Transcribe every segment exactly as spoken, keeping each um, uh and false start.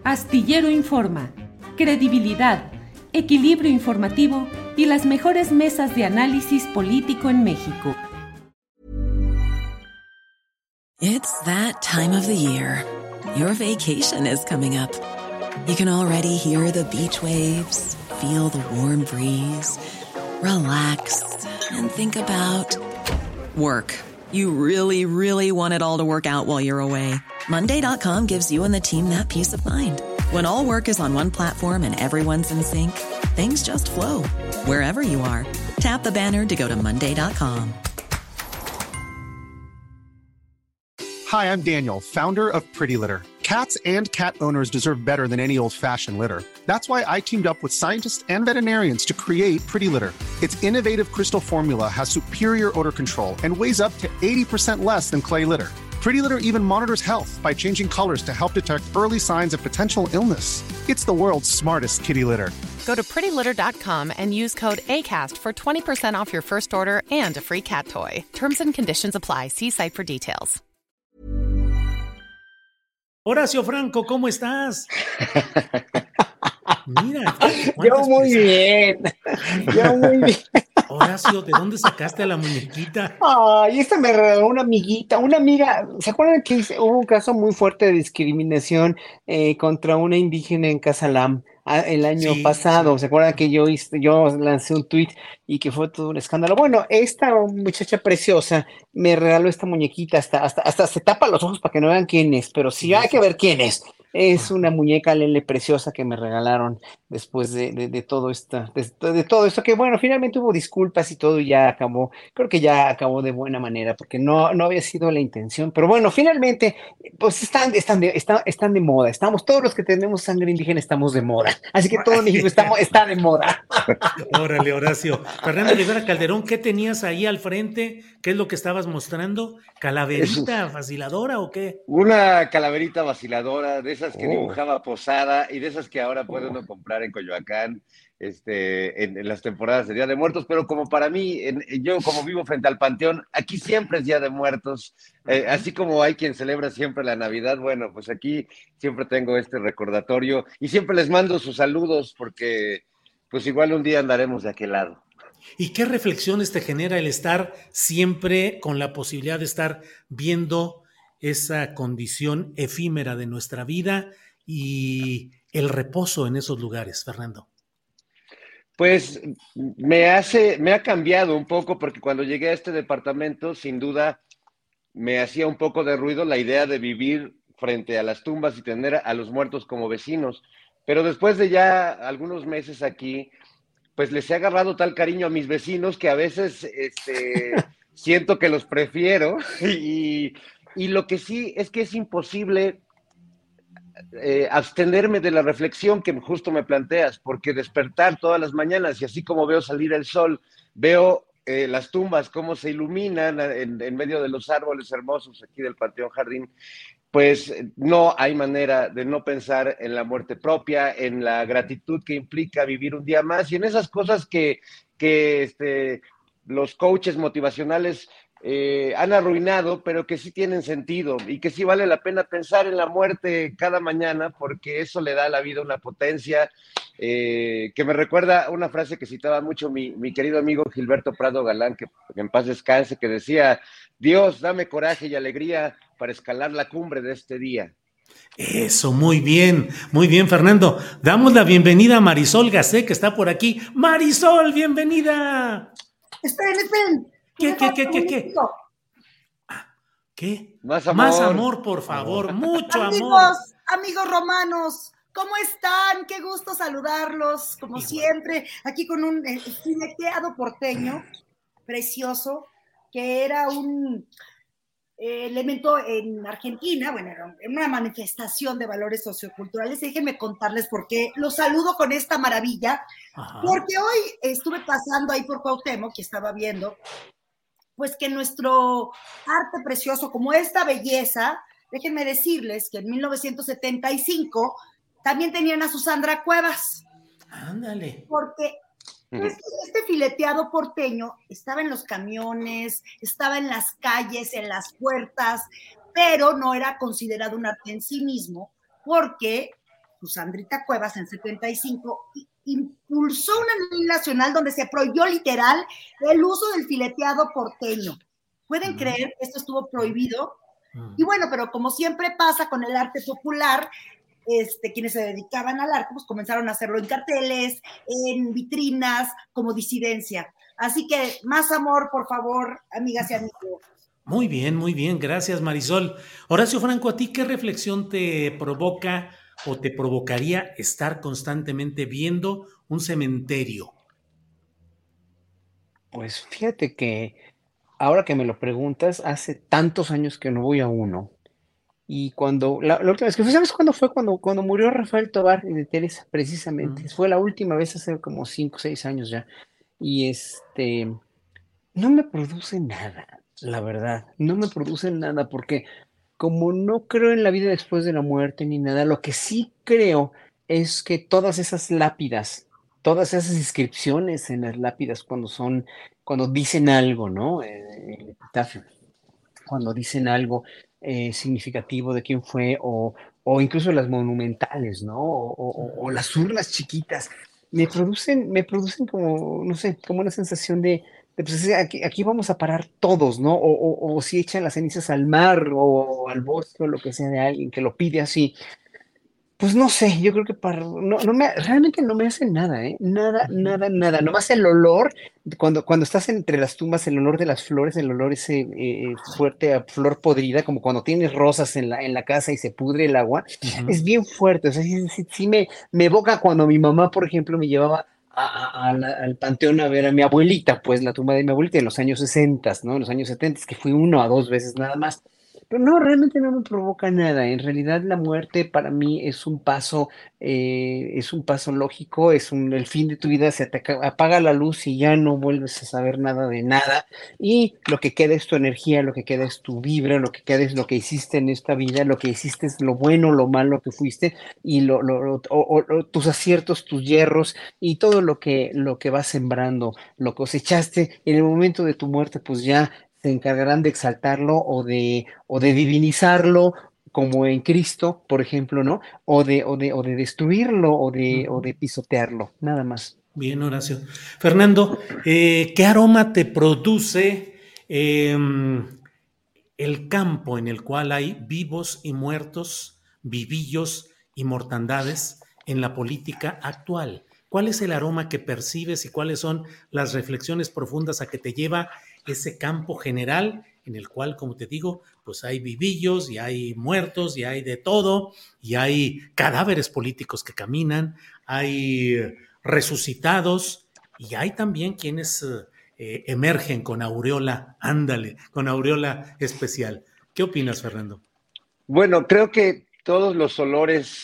Astillero Informa, credibilidad, equilibrio informativo y las mejores mesas de análisis político en México. It's that time of the year. Your vacation is coming up. You can already hear the beach waves, feel the warm breeze, relax, and think about work. You really, really want it all to work out while you're away. Monday dot com gives you and the team that peace of mind. When all work is on one platform and everyone's in sync, things just flow. Wherever you are, tap the banner to go to Monday dot com. Hi, I'm Daniel, founder of Pretty Litter. Cats and cat owners deserve better than any old-fashioned litter. That's why I teamed up with scientists and veterinarians to create Pretty Litter. Its innovative crystal formula has superior odor control and weighs up to eighty percent less than clay litter. Pretty Litter even monitors health by changing colors to help detect early signs of potential illness. It's the world's smartest kitty litter. Go to pretty litter dot com and use code ACAST for twenty percent off your first order and a free cat toy. Terms and conditions apply. See site for details. Horacio Franco, ¿cómo estás? Mira. Yo muy bien. Yo muy bien. Horacio, ¿de dónde sacaste a la muñequita? Ay, esta me regaló una amiguita, una amiga. ¿Se acuerdan que hubo un caso muy fuerte de discriminación eh, contra una indígena en Casalam el año sí, pasado? Sí. ¿Se acuerdan que yo hice, yo lancé un tweet y que fue todo un escándalo? Bueno, esta muchacha preciosa me regaló esta muñequita, hasta, hasta, hasta se tapa los ojos para que no vean quién es, pero sí, sí hay que ver quién es. Es una muñeca Lele preciosa que me regalaron después de, de, de todo esta, de, de todo esto, que bueno, finalmente hubo disculpas y todo y ya acabó, creo que ya acabó de buena manera, porque no, no había sido la intención, pero bueno, finalmente, pues están, están, de, están, están de moda, estamos, todos los que tenemos sangre indígena estamos de moda, así que todo México estamos, está de moda. Órale, Horacio. Fernando Rivera Calderón, ¿qué tenías ahí al frente? ¿Qué es lo que estabas mostrando? ¿Calaverita vaciladora o qué? Una calaverita vaciladora, de esas que Oh. dibujaba Posada y de esas que ahora puede uno comprar en Coyoacán este, en, en las temporadas de Día de Muertos, pero como para mí, en, yo como vivo frente al Panteón, aquí siempre es Día de Muertos, eh, así como hay quien celebra siempre la Navidad, bueno, pues aquí siempre tengo este recordatorio y siempre les mando sus saludos porque pues igual un día andaremos de aquel lado. ¿Y qué reflexiones te genera el estar siempre con la posibilidad de estar viendo esa condición efímera de nuestra vida y el reposo en esos lugares, Fernando? Pues me hace, me ha cambiado un poco porque cuando llegué a este departamento, sin duda, me hacía un poco de ruido la idea de vivir frente a las tumbas y tener a los muertos como vecinos. Pero después de ya algunos meses aquí, pues les he agarrado tal cariño a mis vecinos que a veces este, siento que los prefiero y, y lo que sí es que es imposible eh, abstenerme de la reflexión que justo me planteas, porque despertar todas las mañanas y así como veo salir el sol, veo eh, las tumbas, cómo se iluminan en, en medio de los árboles hermosos aquí del Panteón Jardín, pues no hay manera de no pensar en la muerte propia, en la gratitud que implica vivir un día más y en esas cosas que, que este, los coaches motivacionales eh, han arruinado, pero que sí tienen sentido y que sí vale la pena pensar en la muerte cada mañana porque eso le da a la vida una potencia eh, que me recuerda una frase que citaba mucho mi, mi querido amigo Gilberto Prado Galán, que, que en paz descanse, que decía: Dios, dame coraje y alegría para escalar la cumbre de este día. Eso, muy bien, muy bien, Fernando. Damos la bienvenida a Marisol Gacé, que está por aquí. Marisol, bienvenida. Esperen, esperen. ¿Qué, qué, qué, qué, qué? ¿Qué? Más amor. Más amor, por favor, mucho amigos, amor. Amigos romanos, ¿cómo están? Qué gusto saludarlos, como Igual. siempre, aquí con un eh, fileteado porteño precioso, que era un eh, elemento en Argentina, bueno, era una manifestación de valores socioculturales. Déjenme contarles por qué los saludo con esta maravilla, Ajá. porque hoy estuve pasando ahí por Cuauhtémoc y estaba viendo, pues que nuestro arte precioso, como esta belleza, déjenme decirles que en mil novecientos setenta y cinco también tenían a Susandra Cuevas. Ándale. Porque este, este fileteado porteño estaba en los camiones, estaba en las calles, en las puertas, pero no era considerado un arte en sí mismo, porque pues Sandrita Cuevas en setenta y cinco impulsó una ley nacional donde se prohibió literal el uso del fileteado porteño. ¿Pueden uh-huh. creer que esto estuvo prohibido? Uh-huh. Y bueno, pero como siempre pasa con el arte popular, este, quienes se dedicaban al arte, pues comenzaron a hacerlo en carteles, en vitrinas, como disidencia. Así que más amor, por favor, amigas y amigos. Muy bien, muy bien, gracias Marisol. Horacio Franco, ¿a ti qué reflexión te provoca o te provocaría estar constantemente viendo un cementerio? Pues fíjate que ahora que me lo preguntas, hace tantos años que no voy a uno. Y cuando, la, la última vez que fui, ¿sabes cuándo fue? Cuando, cuando murió Rafael Tovar de Teresa, precisamente. Mm. Fue la última vez hace como cinco o seis años ya. Y este, no me produce nada, la verdad. No me produce nada porque como no creo en la vida después de la muerte ni nada, lo que sí creo es que todas esas lápidas, todas esas inscripciones en las lápidas cuando son, cuando dicen algo, ¿no? Eh, el epitafio, cuando dicen algo eh, significativo de quién fue, o, o incluso las monumentales, ¿no? O, o, o las urnas chiquitas, me producen, me producen como, no sé, como una sensación de, de pues aquí, aquí vamos a parar todos, ¿no? O, o, o si echan las cenizas al mar o al bosque o lo que sea de alguien que lo pide así. Pues no sé, yo creo que para, no, no me, realmente no me hace nada, ¿eh? Nada, nada, nada. Nomás el olor, cuando, cuando estás entre las tumbas, el olor de las flores, el olor ese eh, fuerte a flor podrida, como cuando tienes rosas en la, en la casa y se pudre el agua, uh-huh. es bien fuerte. O sea, sí, sí, sí me, me evoca cuando mi mamá, por ejemplo, me llevaba a, a, a la, al panteón a ver a mi abuelita, pues la tumba de mi abuelita en los años sesenta, ¿no? En los años setenta, que fui uno a dos veces nada más. Pero no, realmente no me provoca nada. En realidad la muerte para mí es un paso, eh, es un paso lógico, es un, el fin de tu vida, se te apaga la luz y ya no vuelves a saber nada de nada. Y lo que queda es tu energía, lo que queda es tu vibra, lo que queda es lo que hiciste en esta vida, lo que hiciste es lo bueno, lo malo que fuiste, y lo, lo, lo, o, o, tus aciertos, tus hierros, y todo lo que, lo que vas sembrando, lo cosechaste en el momento de tu muerte, pues ya se encargarán de exaltarlo o de, o de divinizarlo, como en Cristo, por ejemplo, ¿no? O de, o de, o de destruirlo o de, uh-huh. o de pisotearlo, nada más. Bien, Horacio. Fernando, eh, ¿qué aroma te produce eh, el campo en el cual hay vivos y muertos, vivillos y mortandades en la política actual? ¿Cuál es el aroma que percibes y cuáles son las reflexiones profundas a que te lleva ese campo general en el cual, como te digo, pues hay vivillos y hay muertos y hay de todo y hay cadáveres políticos que caminan, hay resucitados y hay también quienes eh, emergen con aureola, ándale, con aureola especial? ¿Qué opinas, Fernando? Bueno, creo que todos los olores,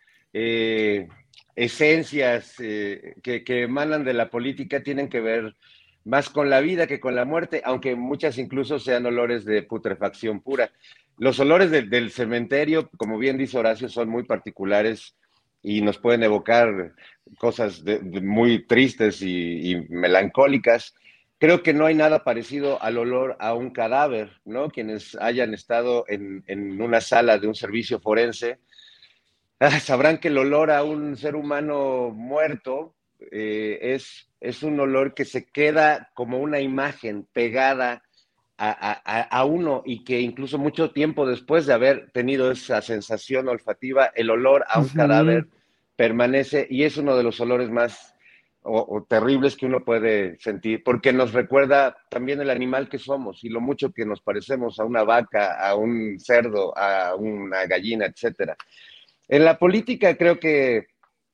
eh, esencias eh, que, que emanan de la política tienen que ver más con la vida que con la muerte, aunque muchas incluso sean olores de putrefacción pura. Los olores de, del cementerio, como bien dice Horacio, son muy particulares y nos pueden evocar cosas de, de muy tristes y, y melancólicas. Creo que no hay nada parecido al olor a un cadáver, ¿no? Quienes hayan estado en, en una sala de un servicio forense ah, sabrán que el olor a un ser humano muerto eh, es, es un olor que se queda como una imagen pegada a, a, a uno y que incluso mucho tiempo después de haber tenido esa sensación olfativa, el olor a un uh-huh. cadáver permanece y es uno de los olores más o, o terribles que uno puede sentir, porque nos recuerda también el animal que somos y lo mucho que nos parecemos a una vaca, a un cerdo, a una gallina, etcétera. En la política creo que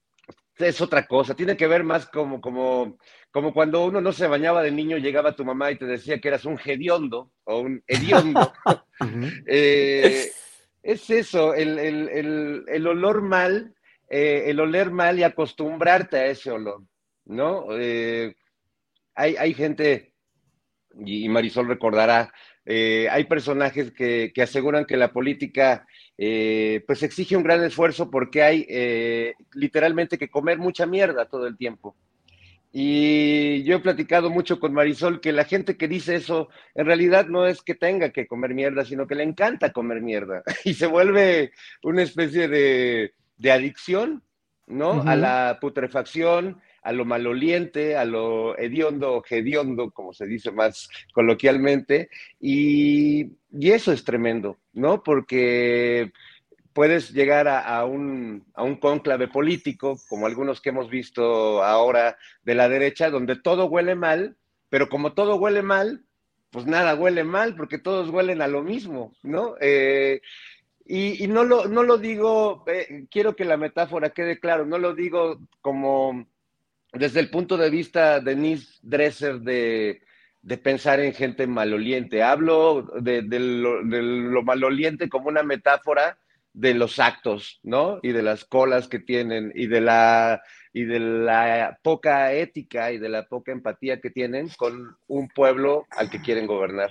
es otra cosa, tiene que ver más como, como, como cuando uno no se bañaba de niño, llegaba tu mamá y te decía que eras un hediondo o un hediondo. uh-huh. eh, es eso, el, el, el, el olor mal, eh, el oler mal y acostumbrarte a ese olor, ¿no? Eh, hay, hay gente, y Marisol recordará, eh, hay personajes que, que aseguran que la política eh, pues exige un gran esfuerzo porque hay eh, literalmente que comer mucha mierda todo el tiempo. Y yo he platicado mucho con Marisol que la gente que dice eso en realidad no es que tenga que comer mierda, sino que le encanta comer mierda y se vuelve una especie de, de adicción, ¿no? Uh-huh. A la putrefacción, a lo maloliente, a lo hediondo, hediondo, como se dice más coloquialmente, y, y eso es tremendo, ¿no? Porque puedes llegar a, a, un, a un cónclave político, como algunos que hemos visto ahora de la derecha, donde todo huele mal, pero como todo huele mal, pues nada huele mal, porque todos huelen a lo mismo, ¿no? Eh, y, y no lo, no lo digo, eh, quiero que la metáfora quede claro, no lo digo como desde el punto de vista de Denise Dresser de, de pensar en gente maloliente. Hablo de, de, lo, de lo maloliente como una metáfora de los actos, ¿no? Y de las colas que tienen y de la y de la poca ética y de la poca empatía que tienen con un pueblo al que quieren gobernar.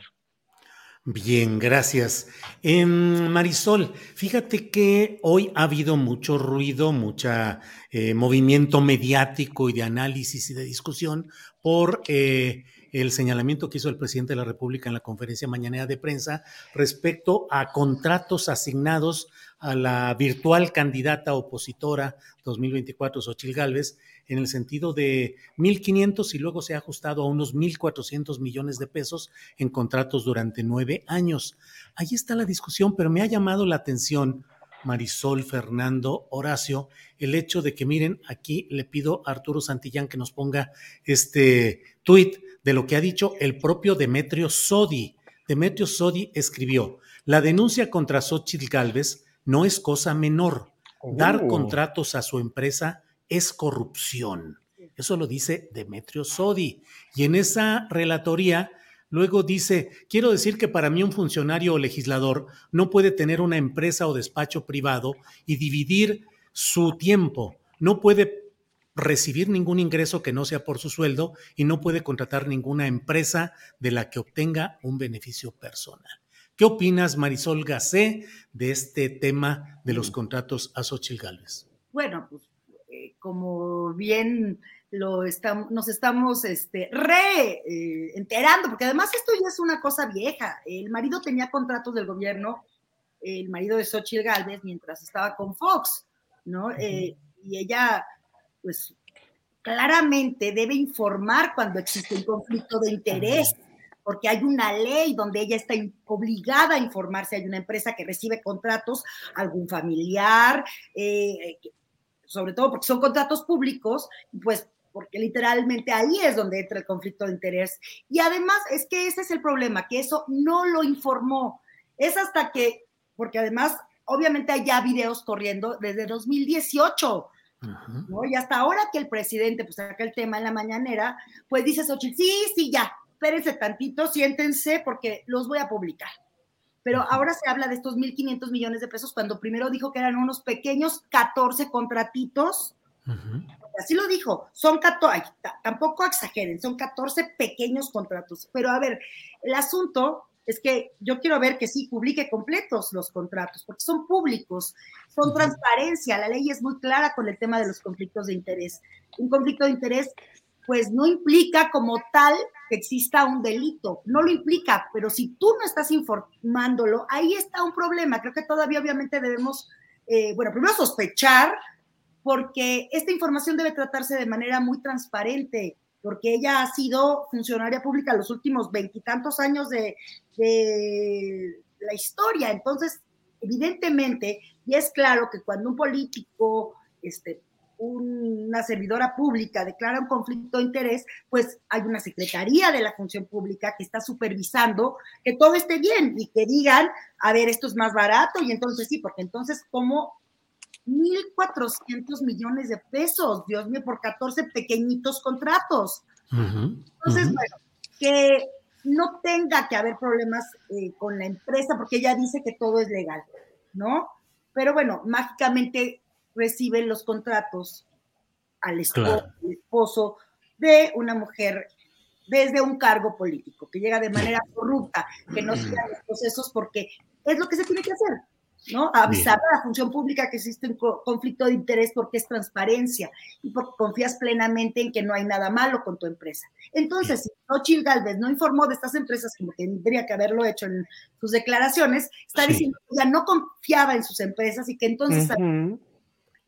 Bien, gracias. Eh, Marisol, fíjate que hoy ha habido mucho ruido, mucho eh, movimiento mediático y de análisis y de discusión por eh, el señalamiento que hizo el presidente de la República en la conferencia mañanera de prensa respecto a contratos asignados a la virtual candidata opositora dos mil veinticuatro, Xóchitl Gálvez, en el sentido de mil quinientos y luego se ha ajustado a unos mil cuatrocientos millones de pesos en contratos durante nueve años. Ahí está la discusión, pero me ha llamado la atención, Marisol, Fernando, Horacio, el hecho de que, miren, aquí le pido a Arturo Santillán que nos ponga este tuit de lo que ha dicho el propio Demetrio Sodi. Demetrio Sodi escribió: la denuncia contra Xóchitl Gálvez no es cosa menor. Dar contratos a su empresa es corrupción. Eso lo dice Demetrio Sodi. Y en esa relatoría luego dice: quiero decir que para mí un funcionario o legislador no puede tener una empresa o despacho privado y dividir su tiempo. No puede recibir ningún ingreso que no sea por su sueldo y no puede contratar ninguna empresa de la que obtenga un beneficio personal. ¿Qué opinas, Marisol Gacé, de este tema de los contratos a Xóchitl Gálvez? Bueno, pues eh, como bien lo estamos, nos estamos este, re eh, enterando, porque además esto ya es una cosa vieja. El marido tenía contratos del gobierno, el marido de Xóchitl Gálvez, mientras estaba con Fox, ¿no? Uh-huh. Eh, y ella, pues, claramente debe informar cuando existe un conflicto de interés. Uh-huh. Porque hay una ley donde ella está obligada a informar si hay una empresa que recibe contratos, algún familiar, eh, sobre todo porque son contratos públicos, pues porque literalmente ahí es donde entra el conflicto de interés. Y además es que ese es el problema, que eso no lo informó. Es hasta que, porque además obviamente hay ya videos corriendo desde dos mil dieciocho, uh-huh. ¿no? Y hasta ahora que el presidente pues saca el tema en la mañanera, pues dice Xóchitl, sí, sí, ya, espérense tantito, siéntense porque los voy a publicar. Pero ahora se habla de estos mil quinientos millones de pesos cuando primero dijo que eran unos pequeños catorce contratitos. Uh-huh. Así lo dijo, son catorce, ay, t- tampoco exageren, son catorce pequeños contratos. Pero a ver, el asunto es que yo quiero ver que sí publique completos los contratos, porque son públicos, son uh-huh. transparencia, la ley es muy clara con el tema de los conflictos de interés. Un conflicto de interés pues no implica como tal que exista un delito, no lo implica, pero si tú no estás informándolo, ahí está un problema. Creo que todavía obviamente debemos, eh, bueno, primero sospechar, porque esta información debe tratarse de manera muy transparente, porque ella ha sido funcionaria pública los últimos veintitantos años de, de la historia, entonces evidentemente, y es claro que cuando un político, este, una servidora pública declara un conflicto de interés, pues hay una secretaría de la función pública que está supervisando que todo esté bien y que digan, a ver, esto es más barato, y entonces sí, porque entonces como mil cuatrocientos millones de pesos, Dios mío, por catorce pequeñitos contratos. Uh-huh, entonces, uh-huh. bueno, que no tenga que haber problemas eh, con la empresa, porque ella dice que todo es legal, ¿no? Pero bueno, mágicamente reciben los contratos al esposo, claro. al esposo de una mujer desde un cargo político, que llega de manera corrupta, que no sigan los procesos, porque es lo que se tiene que hacer, ¿no? Avisar Bien. a la función pública que existe un conflicto de interés porque es transparencia y porque confías plenamente en que no hay nada malo con tu empresa. Entonces, Bien. si Xóchitl Gálvez no informó de estas empresas como tendría que haberlo hecho en sus declaraciones, está sí. diciendo que ya no confiaba en sus empresas y que entonces... Uh-huh.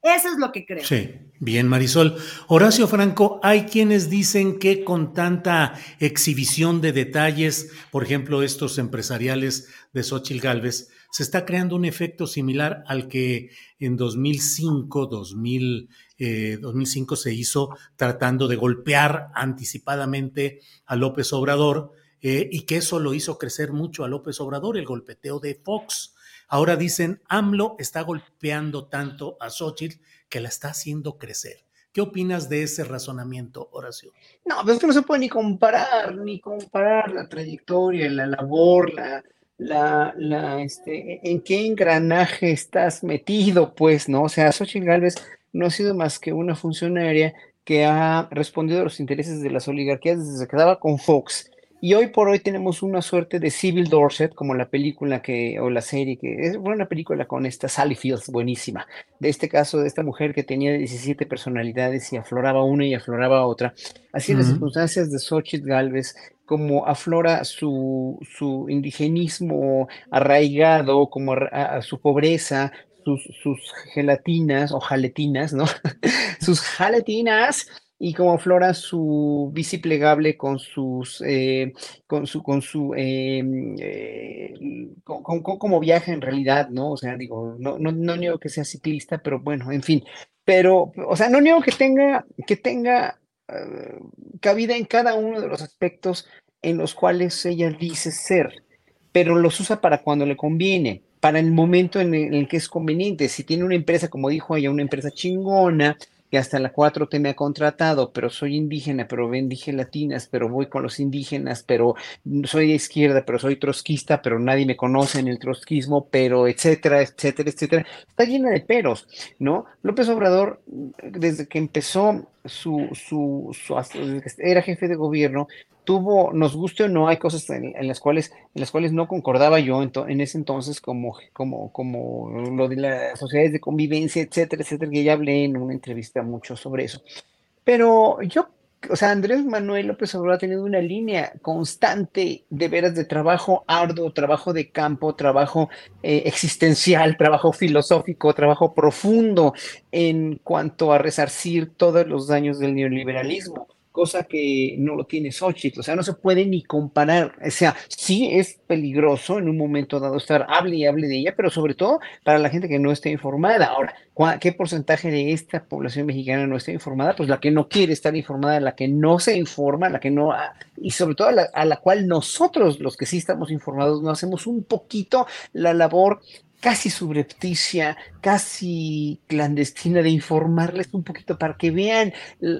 Eso es lo que creo. Sí, bien, Marisol. Horacio Franco, hay quienes dicen que con tanta exhibición de detalles, por ejemplo, estos empresariales de Xóchitl Gálvez, se está creando un efecto similar al que en dos mil cinco, dos mil, eh, dos mil cinco se hizo tratando de golpear anticipadamente a López Obrador, eh, y que eso lo hizo crecer mucho a López Obrador, el golpeteo de Fox. Ahora dicen, AMLO está golpeando tanto a Xóchitl que la está haciendo crecer. ¿Qué opinas de ese razonamiento, Horacio? No, pues es que no se puede ni comparar, ni comparar la trayectoria, la labor, la, la, la, este, en qué engranaje estás metido, pues, ¿no? O sea, Xóchitl Gálvez no ha sido más que una funcionaria que ha respondido a los intereses de las oligarquías desde que quedaba con Fox. Y hoy por hoy tenemos una suerte de Sybil Dorset, como la película que, o la serie, que es una película con esta Sally Fields, buenísima, de este caso de esta mujer que tenía diecisiete personalidades y afloraba una y afloraba otra. Así en las Mm. circunstancias de Xóchitl Gálvez, como aflora su, su indigenismo arraigado, como a, a su pobreza, sus, sus gelatinas o jaletinas, ¿no? Sus jaletinas, y como aflora su bici plegable con sus, eh, con su, con su, eh, eh, con, con- con- como viaja en realidad, ¿no? O sea, digo, no, no, no niego que sea ciclista, pero bueno, en fin. Pero, o sea, no niego que tenga, que tenga eh, cabida en cada uno de los aspectos en los cuales ella dice ser, pero los usa para cuando le conviene, para el momento en el, en el que es conveniente. Si tiene una empresa, como dijo ella, una empresa chingona, que hasta la cuatro T me ha contratado, pero soy indígena, pero vendí gelatinas, pero voy con los indígenas, pero soy de izquierda, pero soy trotskista, pero nadie me conoce en el trotskismo, pero etcétera, etcétera, etcétera. Está llena de peros, ¿no? López Obrador, desde que empezó su, su, su, desde que era jefe de gobierno, tuvo, nos guste o no, hay cosas en, en las cuales, en las cuales no concordaba yo en, to- en ese entonces, como, como, como lo de las sociedades de convivencia, etcétera, etcétera, que ya hablé en una entrevista mucho sobre eso. Pero yo, o sea, Andrés Manuel López Obrador ha tenido una línea constante de veras de trabajo arduo, trabajo de campo, trabajo eh, existencial, trabajo filosófico, trabajo profundo en cuanto a resarcir todos los daños del neoliberalismo, cosa que no lo tiene Xochitl. O sea, no se puede ni comparar. O sea, sí es peligroso en un momento dado estar, hable y hable de ella, pero sobre todo para la gente que no está informada. Ahora, ¿cuá- ¿qué porcentaje de esta población mexicana no está informada? Pues la que no quiere estar informada, la que no se informa, la que no, ha- y sobre todo a la, a la cual nosotros, los que sí estamos informados, no hacemos un poquito la labor casi subrepticia, casi clandestina de informarles un poquito para que vean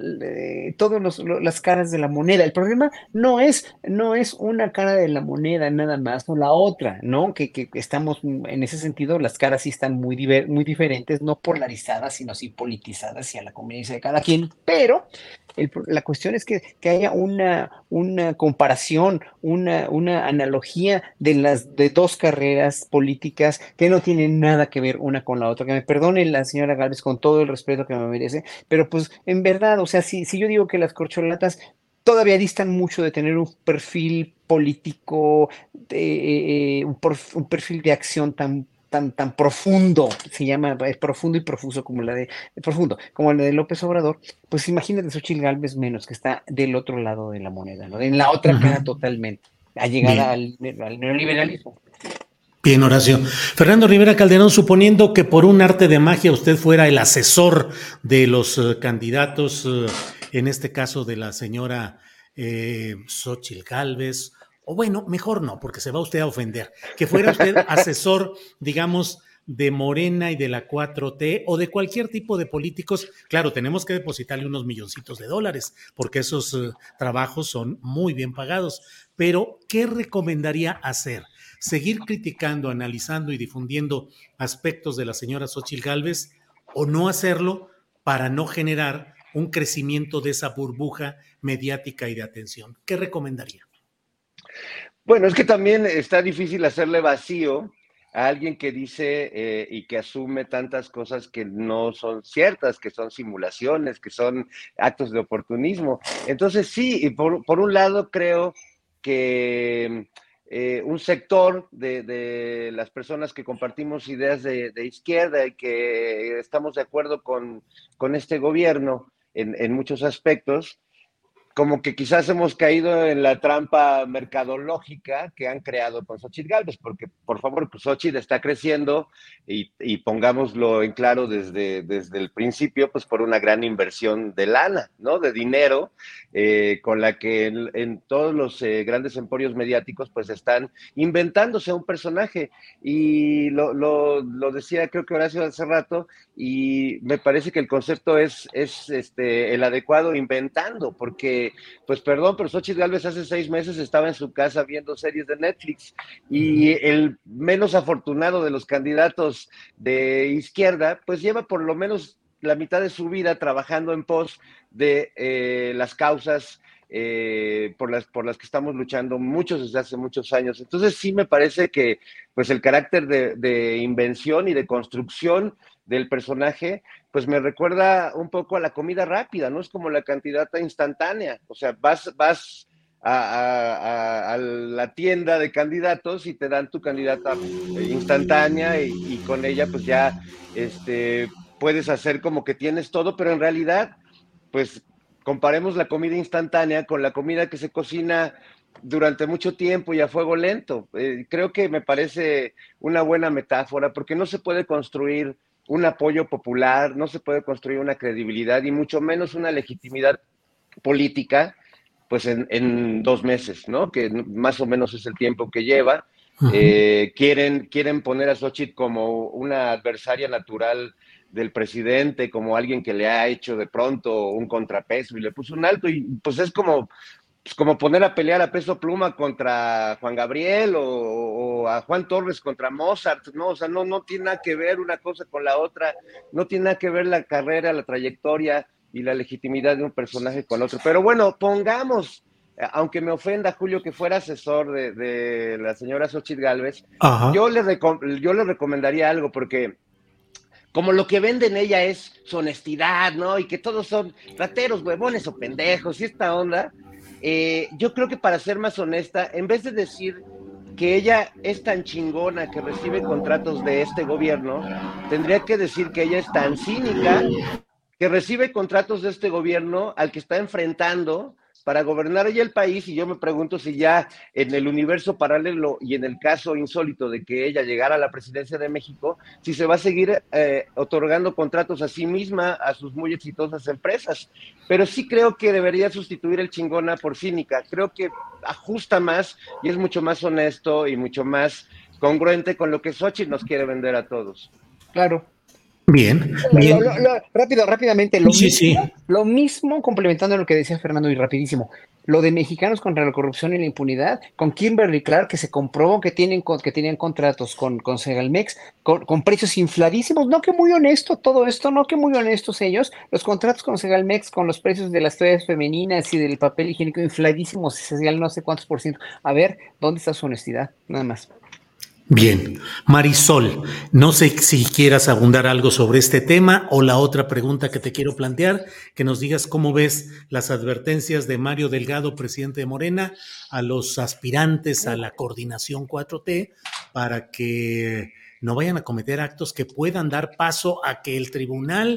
eh, todas las caras de la moneda. El problema no es, no es una cara de la moneda nada más o la otra, ¿no? Que, que estamos en ese sentido, las caras sí están muy, diver, muy diferentes, no polarizadas, sino sí politizadas y a la conveniencia de cada quien, pero el, la cuestión es que, que haya una, una comparación, una, una analogía de las de dos carreras políticas que no tienen nada que ver una con la otra. Que me perdone la señora Gálvez con todo el respeto que me merece, pero pues en verdad, o sea, si, si yo digo que las corcholatas todavía distan mucho de tener un perfil político, de, eh, un, porf- un perfil de acción tan tan, tan profundo, se llama eh, profundo y profuso como la de, profundo, como la de López Obrador, pues imagínate Xochitl Gálvez menos, que está del otro lado de la moneda, ¿no? En la otra Ujú. cara totalmente, allegada Bien. al, al neoliberalismo. Bien, Horacio. Fernando Rivera Calderón, suponiendo que por un arte de magia usted fuera el asesor de los eh, candidatos, eh, en este caso de la señora eh, Xóchitl Gálvez, o bueno, mejor no, porque se va usted a ofender, que fuera usted asesor, digamos, de Morena y de la cuatro T o de cualquier tipo de políticos, claro, tenemos que depositarle unos milloncitos de dólares, porque esos eh, trabajos son muy bien pagados, pero ¿qué recomendaría hacer? ¿Seguir criticando, analizando y difundiendo aspectos de la señora Xóchitl Gálvez o no hacerlo para no generar un crecimiento de esa burbuja mediática y de atención? ¿Qué recomendaría? Bueno, es que también está difícil hacerle vacío a alguien que dice eh, y que asume tantas cosas que no son ciertas, que son simulaciones, que son actos de oportunismo. Entonces, sí, y por, por un lado creo que eh, un sector de, de las personas que compartimos ideas de, de izquierda y que estamos de acuerdo con, con este gobierno en, en muchos aspectos, como que quizás hemos caído en la trampa mercadológica que han creado con Xóchitl Gálvez, porque, por favor, pues Xóchitl está creciendo y, y pongámoslo en claro desde, desde el principio, pues por una gran inversión de lana, ¿no? De dinero, eh, con la que en, en todos los eh, grandes emporios mediáticos, pues están inventándose un personaje. Y lo, lo, lo decía, creo que Horacio hace rato, y me parece que el concepto es, es este, el adecuado, inventando, porque pues perdón, pero Xóchitl Gálvez hace seis meses estaba en su casa viendo series de Netflix y el menos afortunado de los candidatos de izquierda, pues lleva por lo menos la mitad de su vida trabajando en pos de eh, las causas eh, por las, por las que estamos luchando muchos desde hace muchos años. Entonces sí me parece que pues el carácter de, de invención y de construcción del personaje, pues me recuerda un poco a la comida rápida, ¿no? Es como la candidata instantánea, o sea, vas, vas a, a, a la tienda de candidatos y te dan tu candidata instantánea y, y con ella pues ya este, puedes hacer como que tienes todo, pero en realidad, pues comparemos la comida instantánea con la comida que se cocina durante mucho tiempo y a fuego lento. Eh, creo que me parece una buena metáfora porque no se puede construir un apoyo popular, no se puede construir una credibilidad y mucho menos una legitimidad política, pues en, en dos meses, ¿no? Que más o menos es el tiempo que lleva. Uh-huh. Eh, quieren, quieren poner a Xóchitl como una adversaria natural del presidente, como alguien que le ha hecho de pronto un contrapeso y le puso un alto, y pues es como... Pues como poner a pelear a Peso Pluma contra Juan Gabriel o, o a Juan Torres contra Mozart, ¿no? O sea, no, no tiene nada que ver una cosa con la otra, no tiene nada que ver la carrera, la trayectoria y la legitimidad de un personaje con otro. Pero bueno, pongamos, aunque me ofenda, Julio, que fuera asesor de, de la señora Xóchitl Gálvez, yo le, reco- yo le recomendaría algo, porque como lo que venden ella es su honestidad, ¿no? Y que todos son rateros, huevones o pendejos y esta onda. Eh, yo creo que para ser más honesta, en vez de decir que ella es tan chingona que recibe contratos de este gobierno, tendría que decir que ella es tan cínica que recibe contratos de este gobierno al que está enfrentando para gobernar ella el país. Y yo me pregunto si ya en el universo paralelo y en el caso insólito de que ella llegara a la presidencia de México, si se va a seguir eh, otorgando contratos a sí misma, a sus muy exitosas empresas. Pero sí creo que debería sustituir el chingona por cínica. Creo que ajusta más y es mucho más honesto y mucho más congruente con lo que Xóchitl nos quiere vender a todos. Claro. Bien, bien. Lo, lo, lo, rápido, rápidamente, lo, sí, mismo, sí. lo mismo, complementando lo que decía Fernando y rapidísimo, lo de Mexicanos contra la Corrupción y la Impunidad, con Kimberly Clark, que se comprobó que tienen, que tenían contratos con, con Segalmex, con, con precios infladísimos, no que muy honesto todo esto, no que muy honestos ellos, los contratos con Segalmex, con los precios de las toallas femeninas y del papel higiénico infladísimos, Segal no sé cuántos por ciento. A ver, ¿dónde está su honestidad? Nada más. Bien, Marisol, no sé si quieras abundar algo sobre este tema o la otra pregunta que te quiero plantear, que nos digas cómo ves las advertencias de Mario Delgado, presidente de Morena, a los aspirantes a la coordinación cuatro T para que no vayan a cometer actos que puedan dar paso a que el tribunal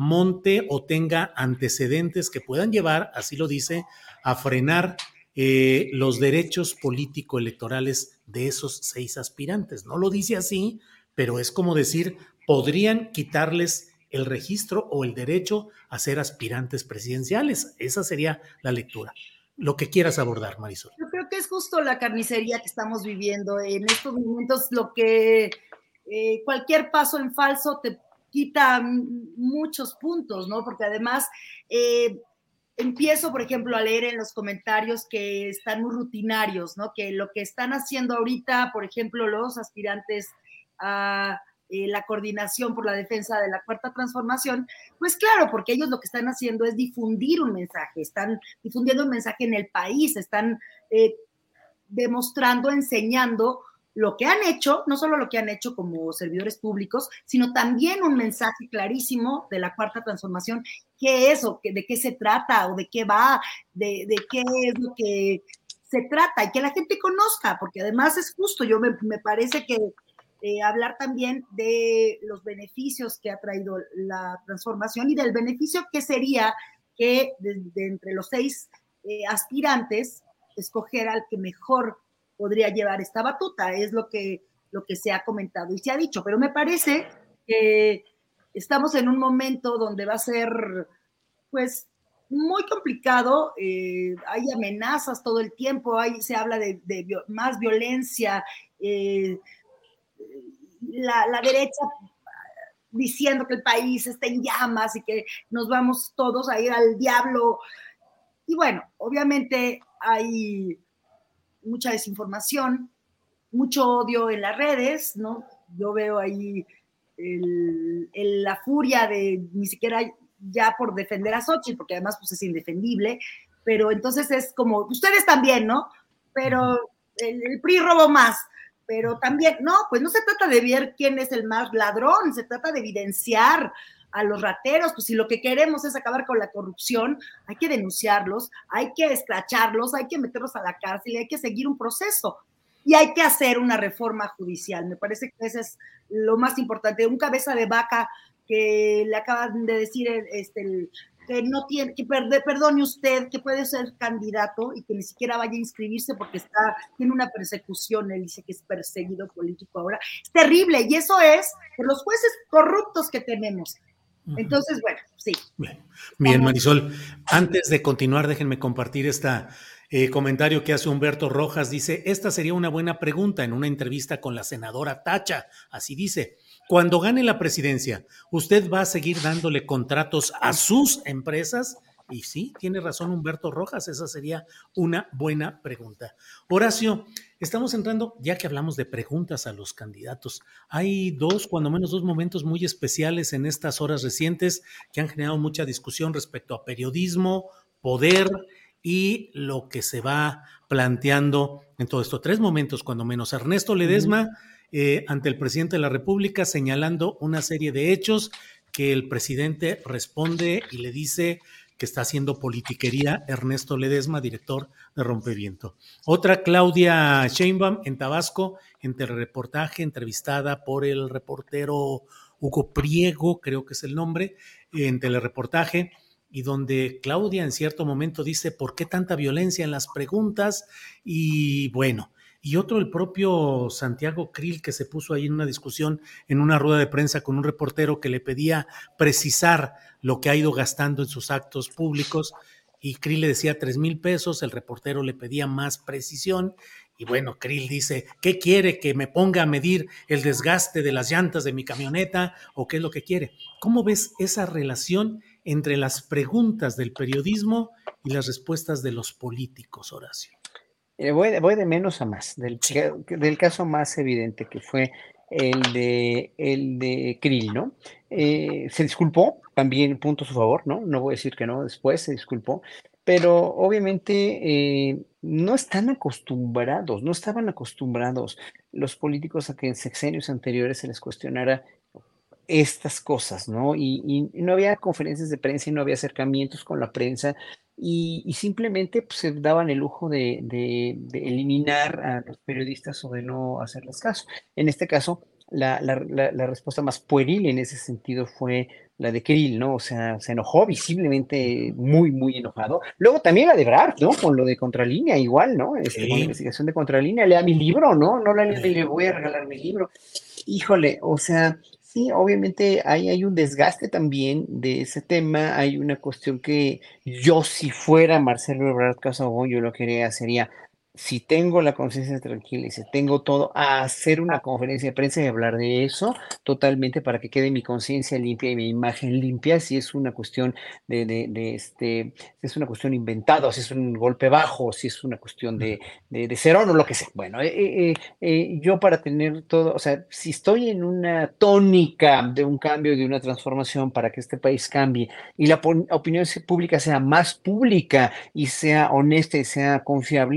monte o tenga antecedentes que puedan llevar, así lo dice, a frenar Eh, los derechos político-electorales de esos seis aspirantes. No lo dice así, pero es como decir, podrían quitarles el registro o el derecho a ser aspirantes presidenciales. Esa sería la lectura. Lo que quieras abordar, Marisol. Yo creo que es justo la carnicería que estamos viviendo en estos momentos, lo que eh, cualquier paso en falso te quita muchos puntos, ¿no? Porque además eh, empiezo, por ejemplo, a leer en los comentarios que están muy rutinarios, ¿no? Que lo que están haciendo ahorita, por ejemplo, los aspirantes a eh, la coordinación por la defensa de la Cuarta Transformación, pues claro, porque ellos lo que están haciendo es difundir un mensaje, están difundiendo un mensaje en el país, están eh, demostrando, enseñando lo que han hecho, no solo lo que han hecho como servidores públicos, sino también un mensaje clarísimo de la Cuarta Transformación. ¿Qué es o de qué se trata o de qué va, de, de qué es lo que se trata y que la gente conozca, porque además es justo, yo me, me parece que eh, hablar también de los beneficios que ha traído la transformación y del beneficio que sería que de, de entre los seis eh, aspirantes escoger al que mejor podría llevar esta batuta, es lo que, lo que se ha comentado y se ha dicho, pero me parece que estamos en un momento donde va a ser, pues, muy complicado, eh, hay amenazas todo el tiempo, hay, se habla de, de más violencia, eh, la, la derecha diciendo que el país está en llamas y que nos vamos todos a ir al diablo. Y bueno, obviamente hay mucha desinformación, mucho odio en las redes, ¿no? Yo veo ahí el, el, la furia de ni siquiera ya por defender a Xochitl, porque además pues es indefendible, pero entonces es como, ustedes también, ¿no? Pero el, el P R I robó más, pero también, no, pues no se trata de ver quién es el más ladrón, se trata de evidenciar a los rateros, pues si lo que queremos es acabar con la corrupción, hay que denunciarlos, hay que escracharlos, hay que meterlos a la cárcel y hay que seguir un proceso. Y hay que hacer una reforma judicial, me parece que eso es lo más importante. Un cabeza de vaca que le acaban de decir este, el, que no tiene, que perde, perdone usted, que puede ser candidato y que ni siquiera vaya a inscribirse porque está, tiene una persecución, él dice que es perseguido político ahora. Es terrible, y eso es por los jueces corruptos que tenemos. Entonces, bueno, sí. Bien, Bien Marisol, antes de continuar, déjenme compartir esta eh, comentario que hace Humberto Rojas. Dice, esta sería una buena pregunta en una entrevista con la senadora Tacha. Así dice, cuando gane la presidencia, ¿usted va a seguir dándole contratos a sus empresas? Y sí, tiene razón Humberto Rojas, esa sería una buena pregunta. Horacio, estamos entrando, ya que hablamos de preguntas a los candidatos, hay dos, cuando menos dos momentos muy especiales en estas horas recientes que han generado mucha discusión respecto a periodismo, poder y lo que se va planteando en todo esto. Tres momentos, cuando menos. Ernesto Ledesma, eh, ante el presidente de la República, señalando una serie de hechos que el presidente responde y le dice que está haciendo politiquería. Ernesto Ledesma, director de Rompeviento. Otra, Claudia Sheinbaum en Tabasco, en telereportaje, entrevistada por el reportero Hugo Priego, creo que es el nombre, en telereportaje, y donde Claudia en cierto momento dice, ¿por qué tanta violencia en las preguntas? Y bueno, y otro, el propio Santiago Krill, que se puso ahí en una discusión, en una rueda de prensa con un reportero que le pedía precisar lo que ha ido gastando en sus actos públicos, y Krill le decía tres mil pesos, el reportero le pedía más precisión, y bueno, Krill dice, ¿qué quiere? ¿Que me ponga a medir el desgaste de las llantas de mi camioneta? ¿O qué es lo que quiere? ¿Cómo ves esa relación entre las preguntas del periodismo y las respuestas de los políticos, Horacio? Eh, voy, de, voy de menos a más, del, sí. del caso más evidente que fue el de, el de Krill, ¿no? Eh, se disculpó, también punto a su favor, ¿no? No voy a decir que no, después se disculpó, pero obviamente eh, no están acostumbrados, no estaban acostumbrados los políticos a que en sexenios anteriores se les cuestionara estas cosas, ¿no? Y, y no había conferencias de prensa y no había acercamientos con la prensa. Y, y simplemente pues, se daban el lujo de, de, de eliminar a los periodistas o de no hacerles caso. En este caso, la, la, la, la respuesta más pueril en ese sentido fue la de Krill, ¿no? O sea, se enojó visiblemente muy, muy enojado. Luego también la de Ebrard, ¿no? Con lo de Contralínea, igual, ¿no? Este, sí. Con la investigación de Contralínea, lea mi libro, ¿no? No le, le voy a regalar mi libro. Híjole, o sea... Sí, obviamente hay, hay un desgaste también de ese tema, hay una cuestión que yo si fuera Marcelo Ebrard Casaubon, yo lo que haría sería, si tengo la conciencia tranquila y si tengo todo, a hacer una conferencia de prensa y hablar de eso totalmente para que quede mi conciencia limpia y mi imagen limpia, si es una cuestión de, de, de este, si es una cuestión inventada, o si es un golpe bajo, o si es una cuestión de, de, de Cerón o lo que sea. Bueno, eh, eh, eh, yo para tener todo, o sea, si estoy en una tónica de un cambio, de una transformación para que este país cambie y la opinión pública sea más pública y sea honesta y sea confiable, en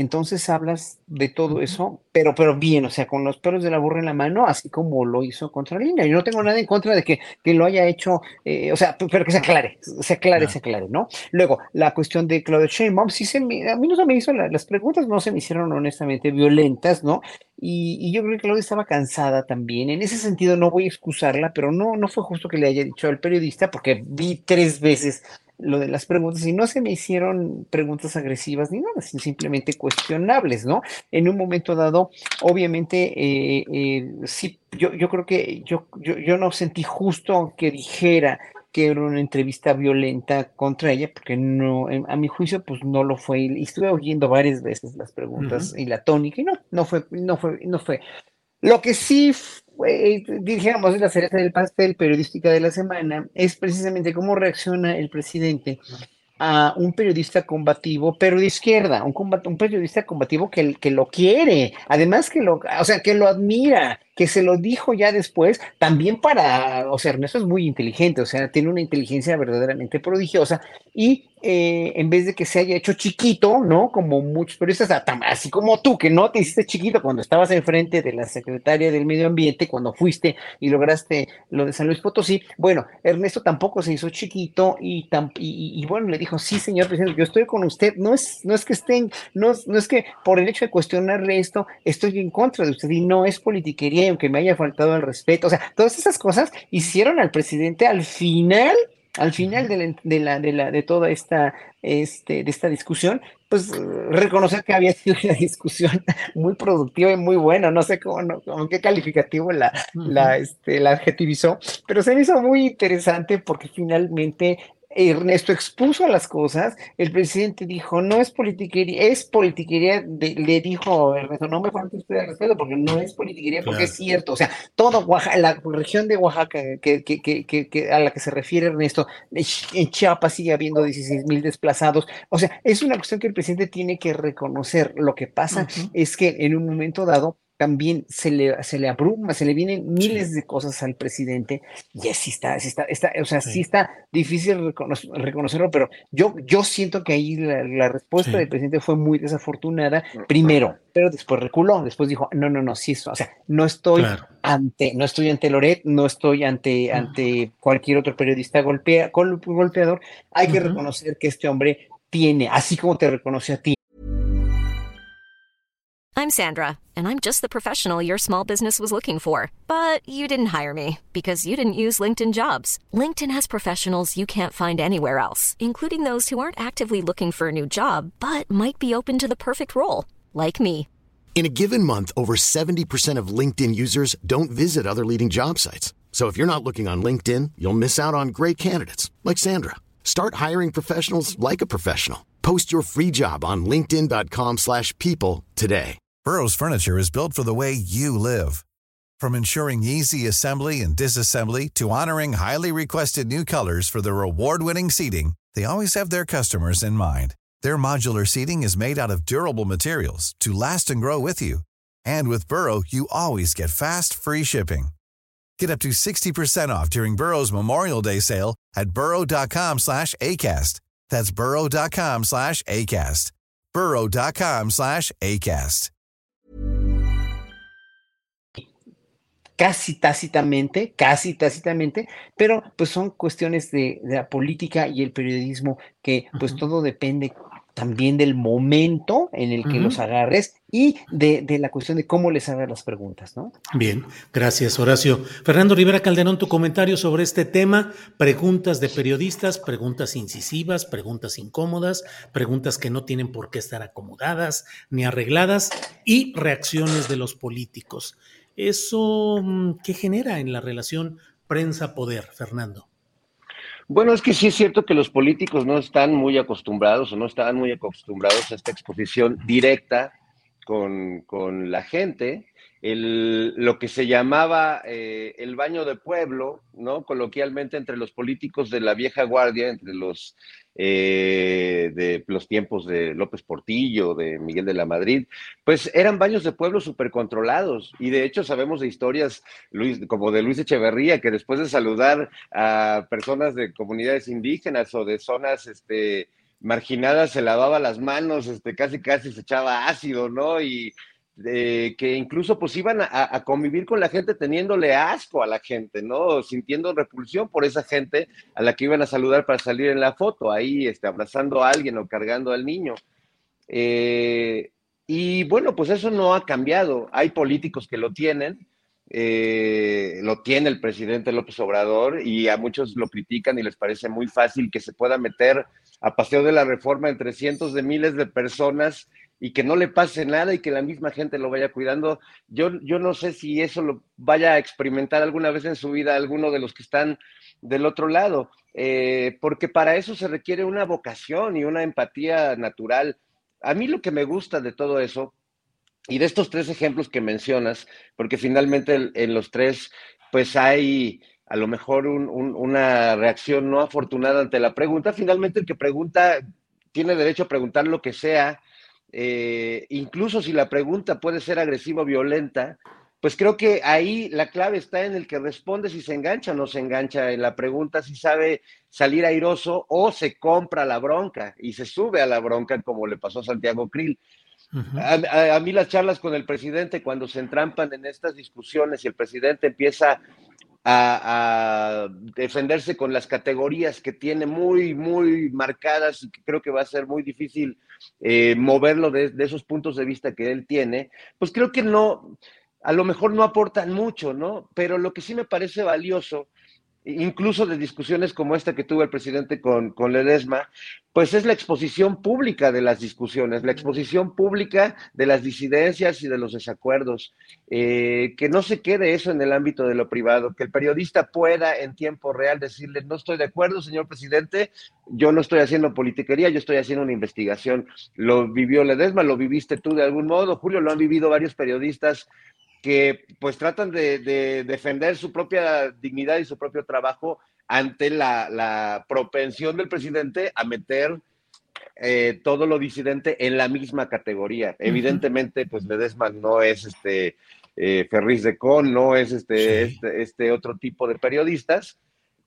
entonces hablas de todo eso, pero, pero bien, o sea, con los pelos de la burra en la mano, así como lo hizo contra Lina. Yo no tengo nada en contra de que, que lo haya hecho, eh, o sea, pero que se aclare, se aclare, se aclare, ¿no? Luego, la cuestión de Claudia Sheinbaum, sí se me, a mí no se me hizo, la, las preguntas no se me hicieron honestamente violentas, ¿no? Y, y yo creo que Claudia estaba cansada también. En ese sentido no voy a excusarla, pero no, no fue justo que le haya dicho al periodista, porque vi tres veces lo de las preguntas y no se me hicieron preguntas agresivas ni nada, sino simplemente cuestionables, ¿no? En un momento dado, obviamente, eh, eh, sí, yo, yo creo que yo, yo, yo no sentí justo que dijera que era una entrevista violenta contra ella, porque no, a mi juicio, pues no lo fue, y estuve oyendo varias veces las preguntas uh-huh. y la tónica, y no, no fue, no fue, no fue. Lo que sí fue, dijéramos, la cereza del pastel periodística de la semana, es precisamente cómo reacciona el presidente a un periodista combativo, pero de izquierda, un, combat, un periodista combativo que, que lo quiere, además que lo, o sea, que lo admira, que se lo dijo ya después, también para, o sea, Ernesto es muy inteligente, o sea, tiene una inteligencia verdaderamente prodigiosa, y eh, en vez de que se haya hecho chiquito, ¿no? Como muchos periodistas, así como tú, que no te hiciste chiquito cuando estabas enfrente de la secretaria del Medio Ambiente, cuando fuiste y lograste lo de San Luis Potosí, bueno, Ernesto tampoco se hizo chiquito, y, tam, y, y bueno, le dijo, sí, señor presidente, yo estoy con usted, no es, no es que estén, no, no es que por el hecho de cuestionarle esto, estoy en contra de usted, y no es politiquería, aunque me haya faltado el respeto, o sea, todas esas cosas hicieron al presidente al final, al final de la, de la, de la, de toda esta, este, de esta discusión, pues reconocer que había sido una discusión muy productiva y muy buena, no sé cómo, no, con qué calificativo la, uh-huh. la, este, la adjetivizó, pero se me hizo muy interesante porque finalmente Ernesto expuso las cosas, el presidente dijo, no es politiquería, es politiquería, de, le dijo Ernesto, no me falta usted el respeto porque no es politiquería, porque claro. Es cierto, o sea, todo Oaxaca, la región de Oaxaca que, que, que, que, que a la que se refiere Ernesto, en Chiapas sigue habiendo dieciséis mil desplazados, o sea, es una cuestión que el presidente tiene que reconocer. Lo que pasa uh-huh. es que en un momento dado también se le, se le abruma, se le vienen miles sí. de cosas al presidente, y así está, sí está, está, o sea, sí, sí está difícil reconocer, reconocerlo, pero yo, yo siento que ahí la, la respuesta sí. del presidente fue muy desafortunada, primero, pero después reculó, después dijo, no, no, no, sí, o sea, no estoy claro. ante, no estoy ante Loret, no estoy ante, uh-huh. ante cualquier otro periodista golpea, gol, golpeador, hay uh-huh. que reconocer que este hombre tiene, así como te reconoce a ti. I'm Sandra, and I'm just the professional your small business was looking for. But you didn't hire me because you didn't use LinkedIn Jobs. LinkedIn has professionals you can't find anywhere else, including those who aren't actively looking for a new job, but might be open to the perfect role, like me. In a given month, over seventy percent of LinkedIn users don't visit other leading job sites. So if you're not looking on LinkedIn, you'll miss out on great candidates, like Sandra. Start hiring professionals like a professional. Post your free job on linkedin.com slash people today. Burrow's furniture is built for the way you live. From ensuring easy assembly and disassembly to honoring highly requested new colors for their award-winning seating, they always have their customers in mind. Their modular seating is made out of durable materials to last and grow with you. And with Burrow, you always get fast, free shipping. Get up to sixty percent off during Burrow's Memorial Day sale at burrow.com slash ACAST. That's burrow.com slash ACAST. burrow.com slash ACAST. Casi tácitamente, casi tácitamente, pero pues son cuestiones de, de la política y el periodismo que pues uh-huh. todo depende también del momento en el que uh-huh. los agarres y de, de la cuestión de cómo les hagas las preguntas, ¿no? Bien, gracias, Horacio. Fernando Rivera Calderón, tu comentario sobre este tema, preguntas de periodistas, preguntas incisivas, preguntas incómodas, preguntas que no tienen por qué estar acomodadas ni arregladas y reacciones de los políticos. ¿Eso qué genera en la relación prensa-poder, Fernando? Bueno, es que sí es cierto que los políticos no están muy acostumbrados o no estaban muy acostumbrados a esta exposición directa con, con la gente. El, lo que se llamaba eh, el baño de pueblo, ¿no? Coloquialmente entre los políticos de la vieja guardia, entre los eh, de los tiempos de López Portillo, de Miguel de la Madrid, pues eran baños de pueblo súper controlados. Y de hecho sabemos de historias Luis, como de Luis Echeverría, que después de saludar a personas de comunidades indígenas o de zonas este, marginada se lavaba las manos, este, casi casi se echaba ácido, ¿no? Y eh, que incluso pues iban a, a convivir con la gente teniéndole asco a la gente, ¿no? Sintiendo repulsión por esa gente a la que iban a saludar para salir en la foto, ahí este, abrazando a alguien o cargando al niño. Eh, y bueno, pues eso no ha cambiado. Hay políticos que lo tienen, eh, lo tiene el presidente López Obrador y a muchos lo critican y les parece muy fácil que se pueda meter a Paseo de la Reforma entre cientos de miles de personas y que no le pase nada y que la misma gente lo vaya cuidando. Yo, yo no sé si eso lo vaya a experimentar alguna vez en su vida alguno de los que están del otro lado, eh, porque para eso se requiere una vocación y una empatía natural. A mí lo que me gusta de todo eso, y de estos tres ejemplos que mencionas, porque finalmente en los tres, pues hay a lo mejor un, un, una reacción no afortunada ante la pregunta. Finalmente el que pregunta tiene derecho a preguntar lo que sea, eh, incluso si la pregunta puede ser agresiva o violenta, pues creo que ahí la clave está en el que responde si se engancha o no se engancha en la pregunta, si sabe salir airoso o se compra la bronca y se sube a la bronca como le pasó a Santiago Krill. Uh-huh. A, a, a mí las charlas con el presidente, cuando se entrampan en estas discusiones y el presidente empieza a, a defenderse con las categorías que tiene muy, muy marcadas y que creo que va a ser muy difícil eh, moverlo de, de esos puntos de vista que él tiene, pues creo que no, a lo mejor no aportan mucho, ¿no? Pero lo que sí me parece valioso, incluso de discusiones como esta que tuvo el presidente con, con Ledesma, pues es la exposición pública de las discusiones, la exposición pública de las disidencias y de los desacuerdos, eh, que no se quede eso en el ámbito de lo privado, que el periodista pueda en tiempo real decirle, no estoy de acuerdo, señor presidente, yo no estoy haciendo politiquería, yo estoy haciendo una investigación. Lo vivió Ledesma, lo viviste tú de algún modo, Julio, lo han vivido varios periodistas que pues tratan de, de defender su propia dignidad y su propio trabajo ante la, la propensión del presidente a meter eh, todo lo disidente en la misma categoría. Uh-huh. Evidentemente, pues Ledesma no es este eh, Ferriz de Con, no es este, sí. este, este otro tipo de periodistas.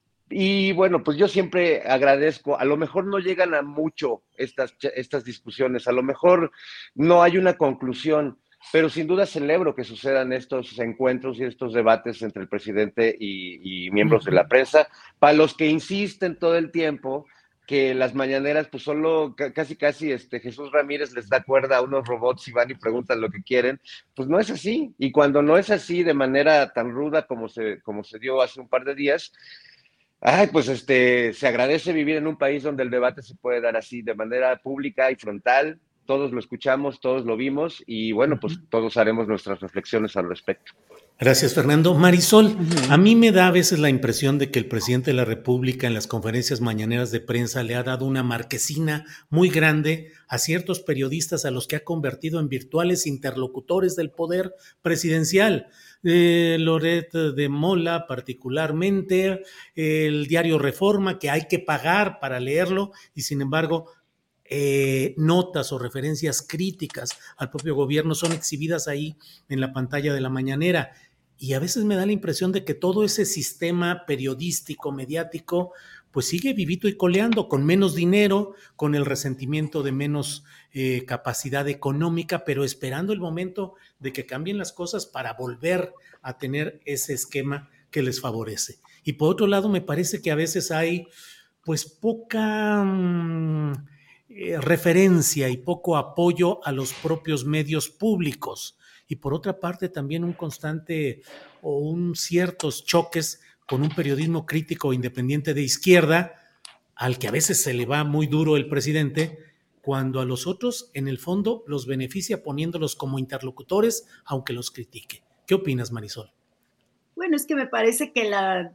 Y bueno, pues yo siempre agradezco, a lo mejor no llegan a mucho estas, estas discusiones, a lo mejor no hay una conclusión, pero sin duda celebro que sucedan estos encuentros y estos debates entre el presidente y, y miembros uh-huh. de la prensa. Para los que insisten todo el tiempo que las mañaneras, pues solo casi casi este Jesús Ramírez les da cuerda a unos robots y van y preguntan lo que quieren, pues no es así. Y cuando no es así de manera tan ruda como se, como se dio hace un par de días, ay, pues este, se agradece vivir en un país donde el debate se puede dar así, de manera pública y frontal. Todos lo escuchamos, todos lo vimos y bueno, pues todos haremos nuestras reflexiones al respecto. Gracias, Fernando. Marisol, a mí me da a veces la impresión de que el presidente de la República en las conferencias mañaneras de prensa le ha dado una marquesina muy grande a ciertos periodistas a los que ha convertido en virtuales interlocutores del poder presidencial. Eh, Loret de Mola particularmente, el diario Reforma, que hay que pagar para leerlo y sin embargo Eh, notas o referencias críticas al propio gobierno son exhibidas ahí en la pantalla de la mañanera y a veces me da la impresión de que todo ese sistema periodístico, mediático, pues sigue vivito y coleando, con menos dinero, con el resentimiento de menos eh, capacidad económica, pero esperando el momento de que cambien las cosas para volver a tener ese esquema que les favorece. Y por otro lado, me parece que a veces hay pues poca Mmm, Eh, referencia y poco apoyo a los propios medios públicos y por otra parte también un constante o un ciertos choques con un periodismo crítico independiente de izquierda al que a veces se le va muy duro el presidente cuando a los otros en el fondo los beneficia poniéndolos como interlocutores aunque los critique. ¿Qué opinas, Marisol? Bueno, es que me parece que la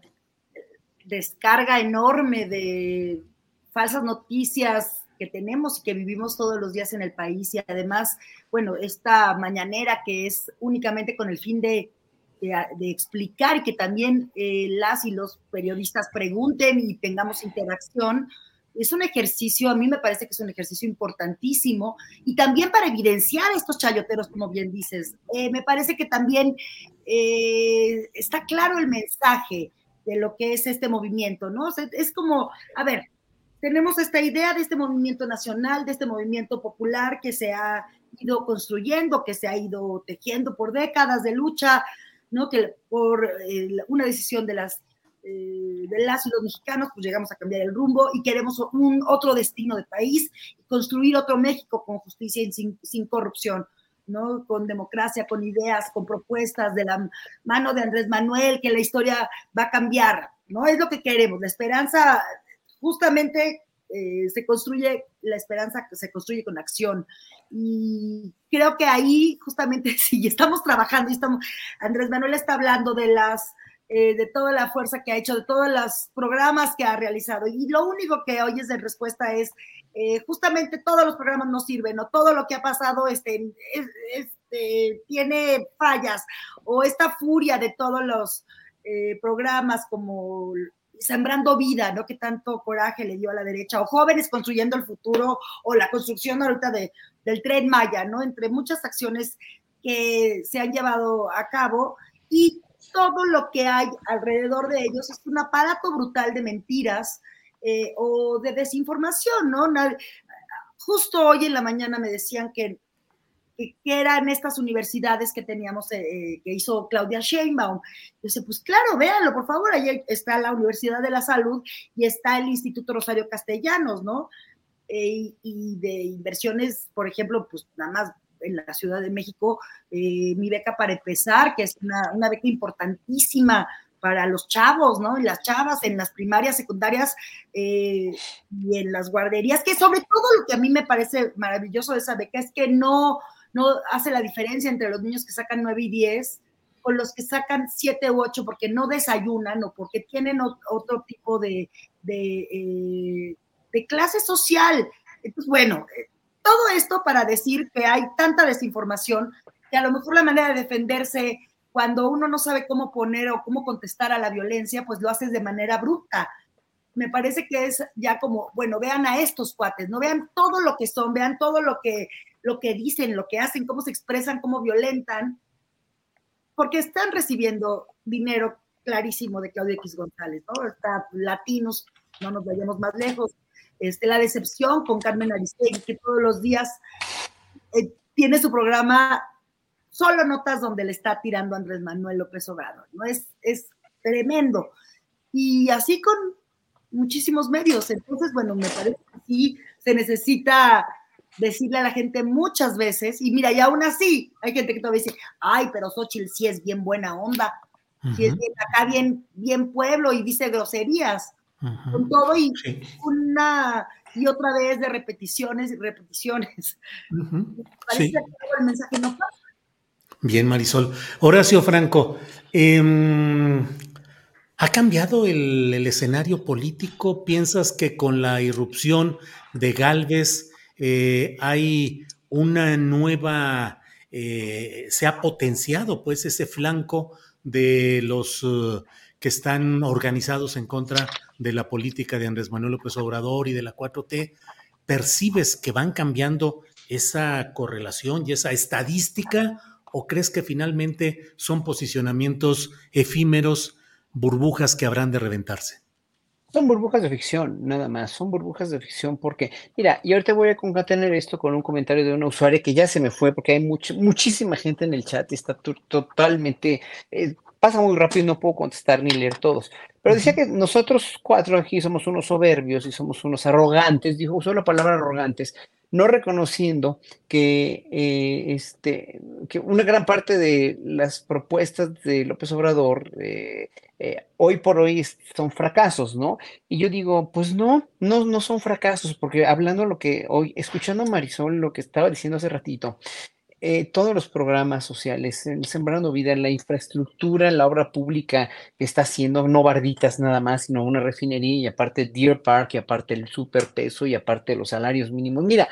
descarga enorme de falsas noticias que tenemos y que vivimos todos los días en el país y además, bueno, esta mañanera que es únicamente con el fin de, de, de explicar y que también eh, las y los periodistas pregunten y tengamos interacción, es un ejercicio, a mí me parece que es un ejercicio importantísimo y también para evidenciar a estos chayoteros, como bien dices, eh, me parece que también eh, está claro el mensaje de lo que es este movimiento, ¿no? O sea, es como, a ver, tenemos esta idea de este movimiento nacional, de este movimiento popular que se ha ido construyendo, que se ha ido tejiendo por décadas de lucha, ¿no? Que por eh, una decisión de las eh, de las y los mexicanos, pues llegamos a cambiar el rumbo y queremos un otro destino de país, construir otro México con justicia y sin, sin corrupción, ¿no? Con democracia, con ideas, con propuestas de la mano de Andrés Manuel, que la historia va a cambiar, ¿no? Es lo que queremos, la esperanza, justamente eh, se construye, la esperanza se construye con acción, y creo que ahí justamente sí, estamos trabajando, y estamos, Andrés Manuel está hablando de las Eh, de toda la fuerza que ha hecho, de todos los programas que ha realizado, y lo único que oyes de respuesta es eh, justamente todos los programas no sirven, o todo lo que ha pasado este, es, este, tiene fallas, o esta furia de todos los eh, programas como Sembrando Vida, ¿no? Que tanto coraje le dio a la derecha, o Jóvenes Construyendo el Futuro, o la construcción ahorita de, del Tren Maya, ¿no? Entre muchas acciones que se han llevado a cabo, y todo lo que hay alrededor de ellos es un aparato brutal de mentiras eh, o de desinformación, ¿no? Justo hoy en la mañana me decían que, que, que eran estas universidades que teníamos, eh, que hizo Claudia Sheinbaum. Yo decía, pues claro, véanlo, por favor, ahí está la Universidad de la Salud y está el Instituto Rosario Castellanos, ¿no? Eh, y de inversiones, por ejemplo, pues nada más en la Ciudad de México, eh, mi beca para empezar, que es una, una beca importantísima para los chavos, ¿no? Y las chavas en las primarias, secundarias eh, y en las guarderías, que sobre todo lo que a mí me parece maravilloso de esa beca es que no, no hace la diferencia entre los niños que sacan nueve y diez con los que sacan siete u ocho porque no desayunan o porque tienen otro tipo de, de, eh, de clase social. Entonces, bueno, eh, todo esto para decir que hay tanta desinformación que a lo mejor la manera de defenderse cuando uno no sabe cómo poner o cómo contestar a la violencia, pues lo haces de manera bruta. Me parece que es ya como, bueno, vean a estos cuates, no vean todo lo que son, vean todo lo que, lo que dicen, lo que hacen, cómo se expresan, cómo violentan, porque están recibiendo dinero clarísimo de Claudio X González, ¿no? Está Latinos, no nos vayamos más lejos. Este, La Decepción con Carmen Aristegui, que todos los días eh, tiene su programa Solo Notas donde le está tirando a Andrés Manuel López Obrador, ¿no? Es, es tremendo. Y así con muchísimos medios. Entonces, bueno, me parece que sí se necesita decirle a la gente muchas veces, y mira, y aún así, hay gente que todavía dice, ay, pero Xóchitl sí es bien buena onda, uh-huh. sí es bien, acá bien, bien pueblo, y dice groserías. Uh-huh. Con todo y sí. una y otra vez de repeticiones y repeticiones. Uh-huh. Parece sí. que el mensaje no pasa. Bien, Marisol. Horacio Franco, eh, ¿ha cambiado el, el escenario político? ¿Piensas que con la irrupción de Gálvez eh, hay una nueva, eh, se ha potenciado pues ese flanco de los uh, que están organizados en contra de la política de Andrés Manuel López Obrador y de la cuatro T? ¿Percibes que van cambiando esa correlación y esa estadística, o crees que finalmente son posicionamientos efímeros, burbujas que habrán de reventarse? Son burbujas de ficción, nada más, son burbujas de ficción porque, mira, y ahorita voy a concatenar esto con un comentario de una usuaria que ya se me fue porque hay much, muchísima gente en el chat y está t- totalmente, eh, pasa muy rápido y no puedo contestar ni leer todos. Pero decía que nosotros cuatro aquí somos unos soberbios y somos unos arrogantes, dijo, usó la palabra arrogantes, no reconociendo que, eh, este, que una gran parte de las propuestas de López Obrador eh, eh, hoy por hoy son fracasos, ¿no? Y yo digo, pues no, no, no son fracasos, porque hablando lo que hoy, escuchando a Marisol, lo que estaba diciendo hace ratito, eh, todos los programas sociales, el Sembrando Vida, la infraestructura, la obra pública que está haciendo, no Barditas nada más, sino una refinería, y aparte Deer Park, y aparte el superpeso, y aparte los salarios mínimos. Mira,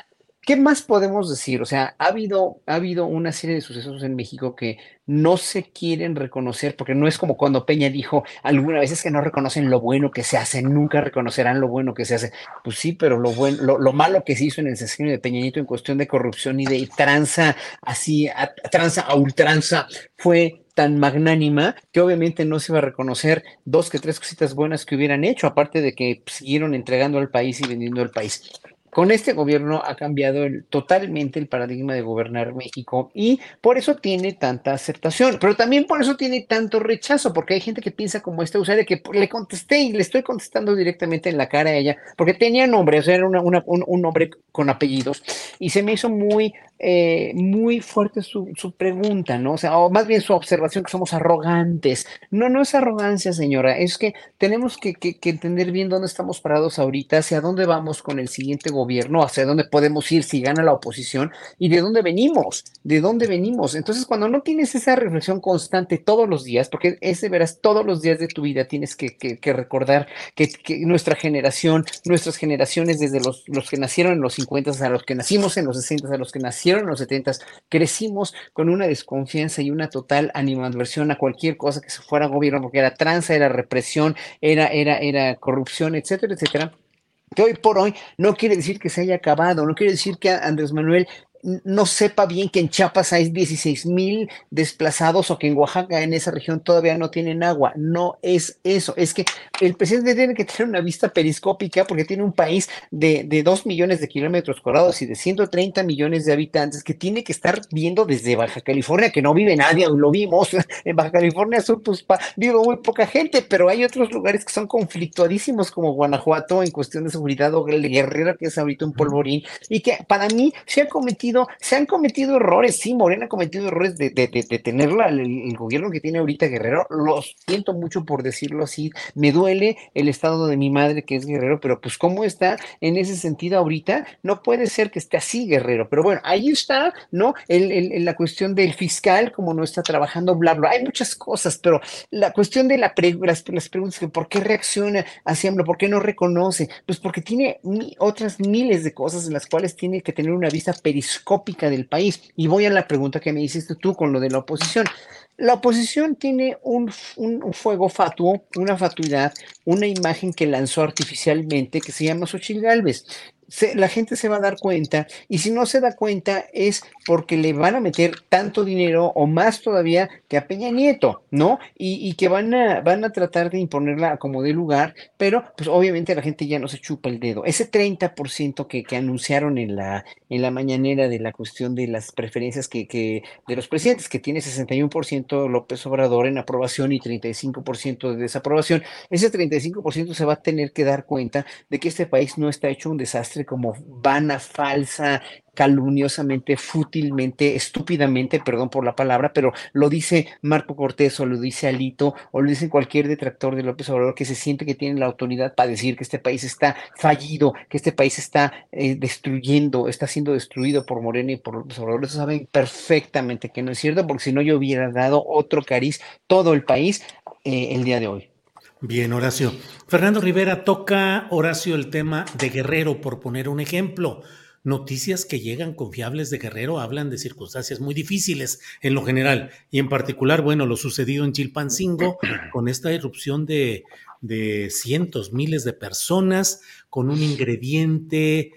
¿Qué más podemos decir? O sea, ha habido, ha habido una serie de sucesos en México que no se quieren reconocer, porque no es como cuando Peña dijo alguna vez es que no reconocen lo bueno que se hace, nunca reconocerán lo bueno que se hace. Pues sí, pero lo bueno, lo, lo malo que se hizo en el sexenio de Peña Nieto en cuestión de corrupción y de tranza, así, a, tranza a ultranza, fue tan magnánima que obviamente no se iba a reconocer dos que tres cositas buenas que hubieran hecho, aparte de que siguieron entregando al país y vendiendo al país. Con este gobierno ha cambiado el- totalmente el paradigma de gobernar México y por eso tiene tanta aceptación, pero también por eso tiene tanto rechazo, porque hay gente que piensa como esta usuaria que le contesté y le estoy contestando directamente en la cara a ella, porque tenía nombre, o sea, era una- una- un, un nombre con apellidos y se me hizo muy, eh, muy fuerte su, su pregunta, ¿no? O sea, o más bien su observación que somos arrogantes. No, no es arrogancia, señora, es que tenemos que, que- que entender bien dónde estamos parados ahorita, hacia dónde vamos con el siguiente gobierno, hacia dónde podemos ir si gana la oposición y de dónde venimos, de dónde venimos. Entonces, cuando no tienes esa reflexión constante todos los días, porque es de veras todos los días de tu vida tienes que, que- que recordar que, que nuestra generación, nuestras generaciones, desde los, los que nacieron en los cincuenta a los que nacimos en los sesenta, a los que nacieron en los setenta, crecimos con una desconfianza y una total animadversión a cualquier cosa que se fuera gobierno, porque era tranza, era represión, era, era, era corrupción, etcétera, etcétera, que hoy por hoy no quiere decir que se haya acabado, no quiere decir que Andrés Manuel n- no sepa bien que en Chiapas hay dieciséis mil desplazados o que en Oaxaca, en esa región, todavía no tienen agua. No es eso, es que el presidente tiene que tener una vista periscópica porque tiene un país de, de dos millones de kilómetros cuadrados y de ciento treinta millones de habitantes que tiene que estar viendo desde Baja California, que no vive nadie, lo vimos, en Baja California Sur, pues pa- vive muy poca gente, pero hay otros lugares que son conflictuadísimos como Guanajuato en cuestión de seguridad o el Guerrero, que es ahorita un polvorín, y que para mí se han cometido, se han cometido errores, sí, Morena ha cometido errores de, de, de, de tener la- el, el gobierno que tiene ahorita Guerrero, lo siento mucho por decirlo así, me duele el estado de mi madre que es Guerrero, pero pues cómo está en ese sentido ahorita, no puede ser que esté así Guerrero, pero bueno, ahí está, ¿no? El, el- el- la cuestión del fiscal, como no está trabajando, bla, bla, hay muchas cosas, pero la cuestión de la pre- las, las preguntas que por qué reacciona hacia AMLO, por qué no reconoce, pues porque tiene mi- otras miles de cosas en las cuales tiene que tener una vista periscópica del país. Y voy a la pregunta que me hiciste tú con lo de la oposición. La oposición tiene un, f- un- un fuego fatuo, una fatuidad, una imagen que lanzó artificialmente que se llama Xochitl Gálvez. Se- la gente se va a dar cuenta y si no se da cuenta es porque le van a meter tanto dinero o más todavía que a Peña Nieto, ¿no? Y, y que van a, van a tratar de imponerla como de lugar, pero pues obviamente la gente ya no se chupa el dedo. Ese treinta por ciento que, que anunciaron en la, en la mañanera de la cuestión de las preferencias que, que de los presidentes, que tiene sesenta y uno por ciento López Obrador en aprobación y treinta y cinco por ciento de desaprobación, ese treinta y cinco por ciento se va a tener que dar cuenta de que este país no está hecho un desastre como vana, falsa, calumniosamente, fútilmente, estúpidamente, perdón por la palabra, pero lo dice Marco Cortés o lo dice Alito o lo dice cualquier detractor de López Obrador que se siente que tiene la autoridad para decir que este país está fallido, que este país está eh, destruyendo, está siendo destruido por Morena y por López Obrador. Eso saben perfectamente que no es cierto, porque si no yo hubiera dado otro cariz todo el país eh, el día de hoy. Bien, Horacio. Fernando Rivera, toca, Horacio, el tema de Guerrero, por poner un ejemplo. Noticias que llegan confiables de Guerrero hablan de circunstancias muy difíciles en lo general y en particular, bueno, lo sucedido en Chilpancingo con esta irrupción de, de cientos, miles de personas con un ingrediente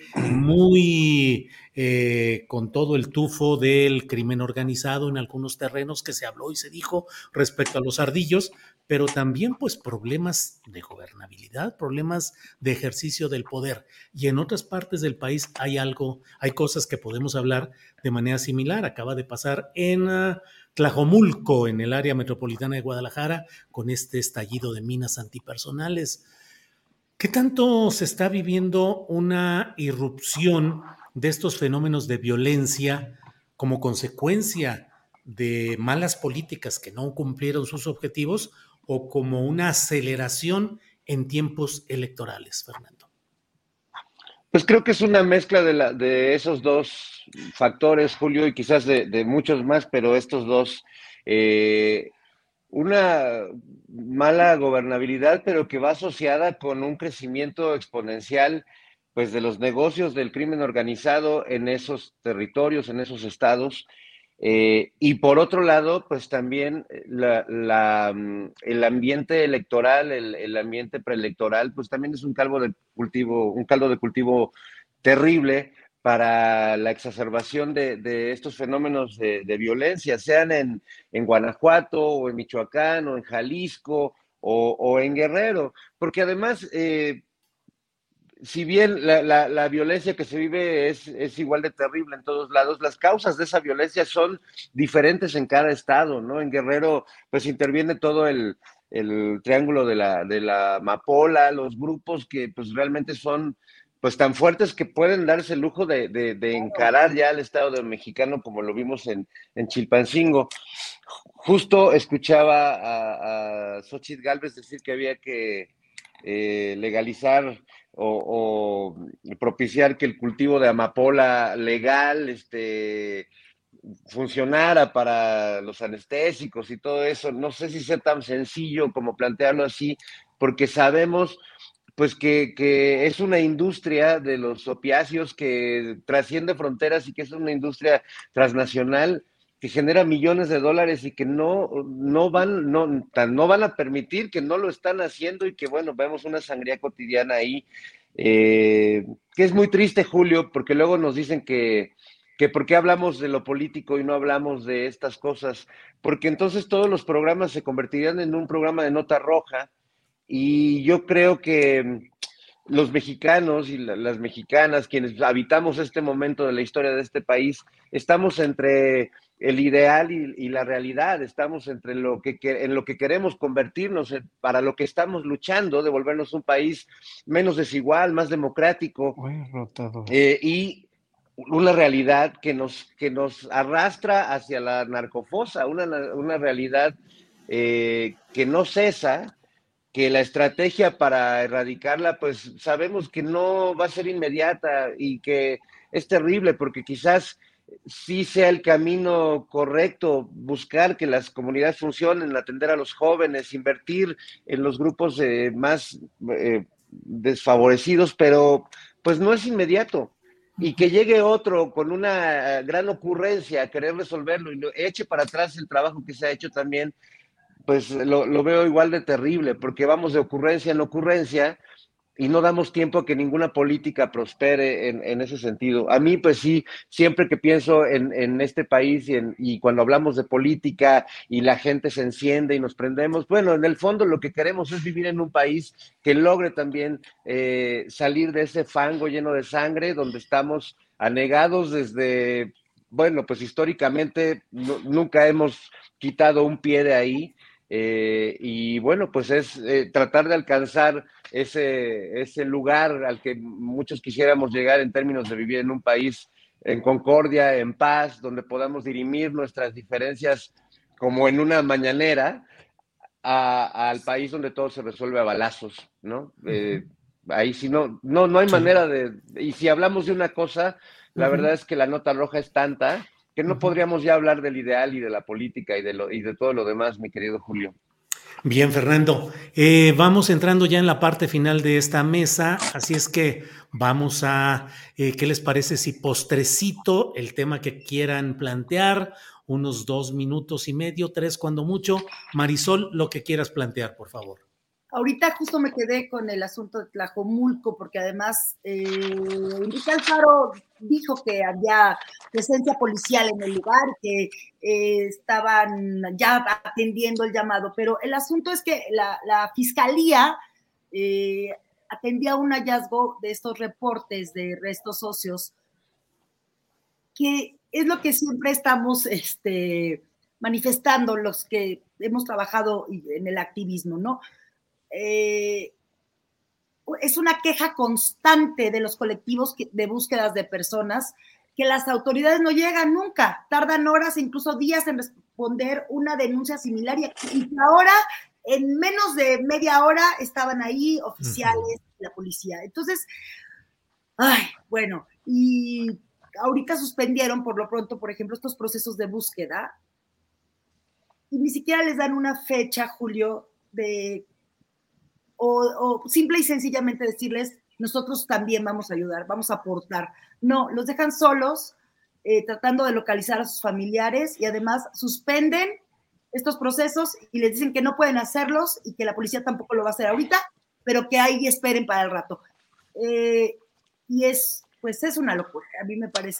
muy eh, con todo el tufo del crimen organizado en algunos terrenos que se habló y se dijo respecto a los ardillos, pero también pues problemas de gobernabilidad, problemas de ejercicio del poder. Y en otras partes del país hay algo, hay cosas que podemos hablar de manera similar. Acaba de pasar en uh, Tlajomulco, en el área metropolitana de Guadalajara, con este estallido de minas antipersonales. ¿Qué tanto se está viviendo una irrupción de estos fenómenos de violencia como consecuencia de malas políticas que no cumplieron sus objetivos o como una aceleración en tiempos electorales, Fernando? Pues creo que es una mezcla de, la, de esos dos factores, Julio, y quizás de, de muchos más, pero estos dos. Eh, una mala gobernabilidad, pero que va asociada con un crecimiento exponencial pues de los negocios del crimen organizado en esos territorios, en esos estados. Eh, y por otro lado, pues también la, la, el ambiente electoral, el, el ambiente preelectoral, pues también es un caldo de cultivo, un caldo de cultivo terrible para la exacerbación de, de estos fenómenos de, de violencia, sean en, en Guanajuato o en Michoacán o en Jalisco o, o en Guerrero, porque además... Eh, si bien la, la, la violencia que se vive es, es igual de terrible en todos lados, las causas de esa violencia son diferentes en cada estado, ¿no? En Guerrero, pues interviene todo el, el triángulo de la, de la amapola, los grupos que pues realmente son pues tan fuertes que pueden darse el lujo de, de, de encarar ya al Estado de mexicano como lo vimos en, en Chilpancingo. Justo escuchaba a, a Xóchitl Gálvez decir que había que eh, legalizar O, o propiciar que el cultivo de amapola legal este, funcionara para los anestésicos y todo eso. No sé si sea tan sencillo como plantearlo así, porque sabemos pues que, que es una industria de los opiáceos que trasciende fronteras y que es una industria transnacional que genera millones de dólares y que no, no, van, no, no van a permitir, que no lo están haciendo y que, bueno, vemos una sangría cotidiana ahí, eh, que es muy triste, Julio, porque luego nos dicen que, que por qué hablamos de lo político y no hablamos de estas cosas, porque entonces todos los programas se convertirían en un programa de nota roja y yo creo que los mexicanos y la, las mexicanas, quienes habitamos este momento de la historia de este país, estamos entre el ideal y, y la realidad, estamos entre lo que, que en lo que queremos convertirnos, en, para lo que estamos luchando, de volvernos un país menos desigual, más democrático, eh, y una realidad que nos, que nos arrastra hacia la narcofosa, una, una realidad eh, que no cesa, que la estrategia para erradicarla, pues sabemos que no va a ser inmediata y que es terrible porque quizás sí sea el camino correcto buscar que las comunidades funcionen, atender a los jóvenes, invertir en los grupos eh, más eh, desfavorecidos, pero pues no es inmediato. Y que llegue otro con una gran ocurrencia a querer resolverlo y lo eche para atrás el trabajo que se ha hecho también, pues lo, lo veo igual de terrible, porque vamos de ocurrencia en ocurrencia y no damos tiempo a que ninguna política prospere en, en ese sentido. A mí, pues sí, siempre que pienso en, en este país y, en, y cuando hablamos de política y la gente se enciende y nos prendemos, bueno, en el fondo lo que queremos es vivir en un país que logre también eh, salir de ese fango lleno de sangre, donde estamos anegados desde, bueno, pues históricamente no, nunca hemos quitado un pie de ahí. Eh, y bueno, pues es eh, tratar de alcanzar ese, ese lugar al que muchos quisiéramos llegar en términos de vivir en un país en concordia, en paz, donde podamos dirimir nuestras diferencias como en una mañanera, a, al país donde todo se resuelve a balazos, ¿no? Uh-huh. Eh, ahí sí no, no, no hay sí. manera de... Y si hablamos de una cosa, la uh-huh. verdad es que la nota roja es tanta que no podríamos ya hablar del ideal y de la política y de, lo, y de todo lo demás, mi querido Julio. Bien, Fernando. Eh, vamos entrando ya en la parte final de esta mesa, así es que vamos a, eh, ¿qué les parece si postrecito el tema que quieran plantear? Unos dos minutos y medio, tres cuando mucho. Marisol, lo que quieras plantear, por favor. Ahorita justo me quedé con el asunto de Tlajomulco, porque además eh, Enrique Alfaro dijo que había presencia policial en el lugar, que eh, estaban ya atendiendo el llamado, pero el asunto es que la, la fiscalía eh, atendía un hallazgo de estos reportes de restos óseos, que es lo que siempre estamos este, manifestando los que hemos trabajado en el activismo, ¿no? Eh, es una queja constante de los colectivos que, de búsquedas de personas, que las autoridades no llegan nunca, tardan horas, incluso días en responder una denuncia similar, y, y ahora en menos de media hora estaban ahí oficiales de uh-huh. la policía. Entonces, ay, bueno, y ahorita suspendieron por lo pronto, por ejemplo, estos procesos de búsqueda, y ni siquiera les dan una fecha, Julio, de... O, o simple y sencillamente decirles, nosotros también vamos a ayudar, vamos a aportar. No, los dejan solos, eh, tratando de localizar a sus familiares, y además suspenden estos procesos y les dicen que no pueden hacerlos y que la policía tampoco lo va a hacer ahorita, pero que ahí esperen para el rato. Eh, y es, pues es una locura. A mí me parece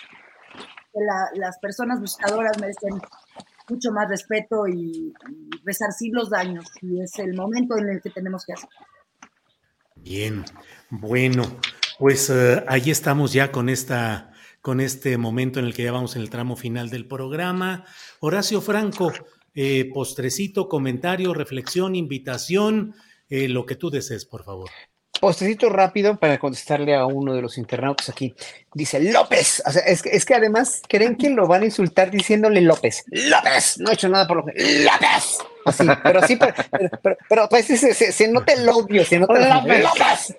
que la, las personas buscadoras merecen mucho más respeto y, y resarcir los daños, y es el momento en el que tenemos que hacer. Bien, bueno, pues uh, ahí estamos ya con esta, con este momento en el que ya vamos en el tramo final del programa. Horacio Franco, eh, postrecito, comentario, reflexión, invitación, eh, lo que tú desees, por favor. Postrecito rápido para contestarle a uno de los internautas aquí. Dice López. O sea, es que, es que además creen que lo van a insultar diciéndole López. López. No he hecho nada por lo que. López. Así, pero sí, pero, pero, pero, pero pues, se, se, se nota el odio, se nota López. López.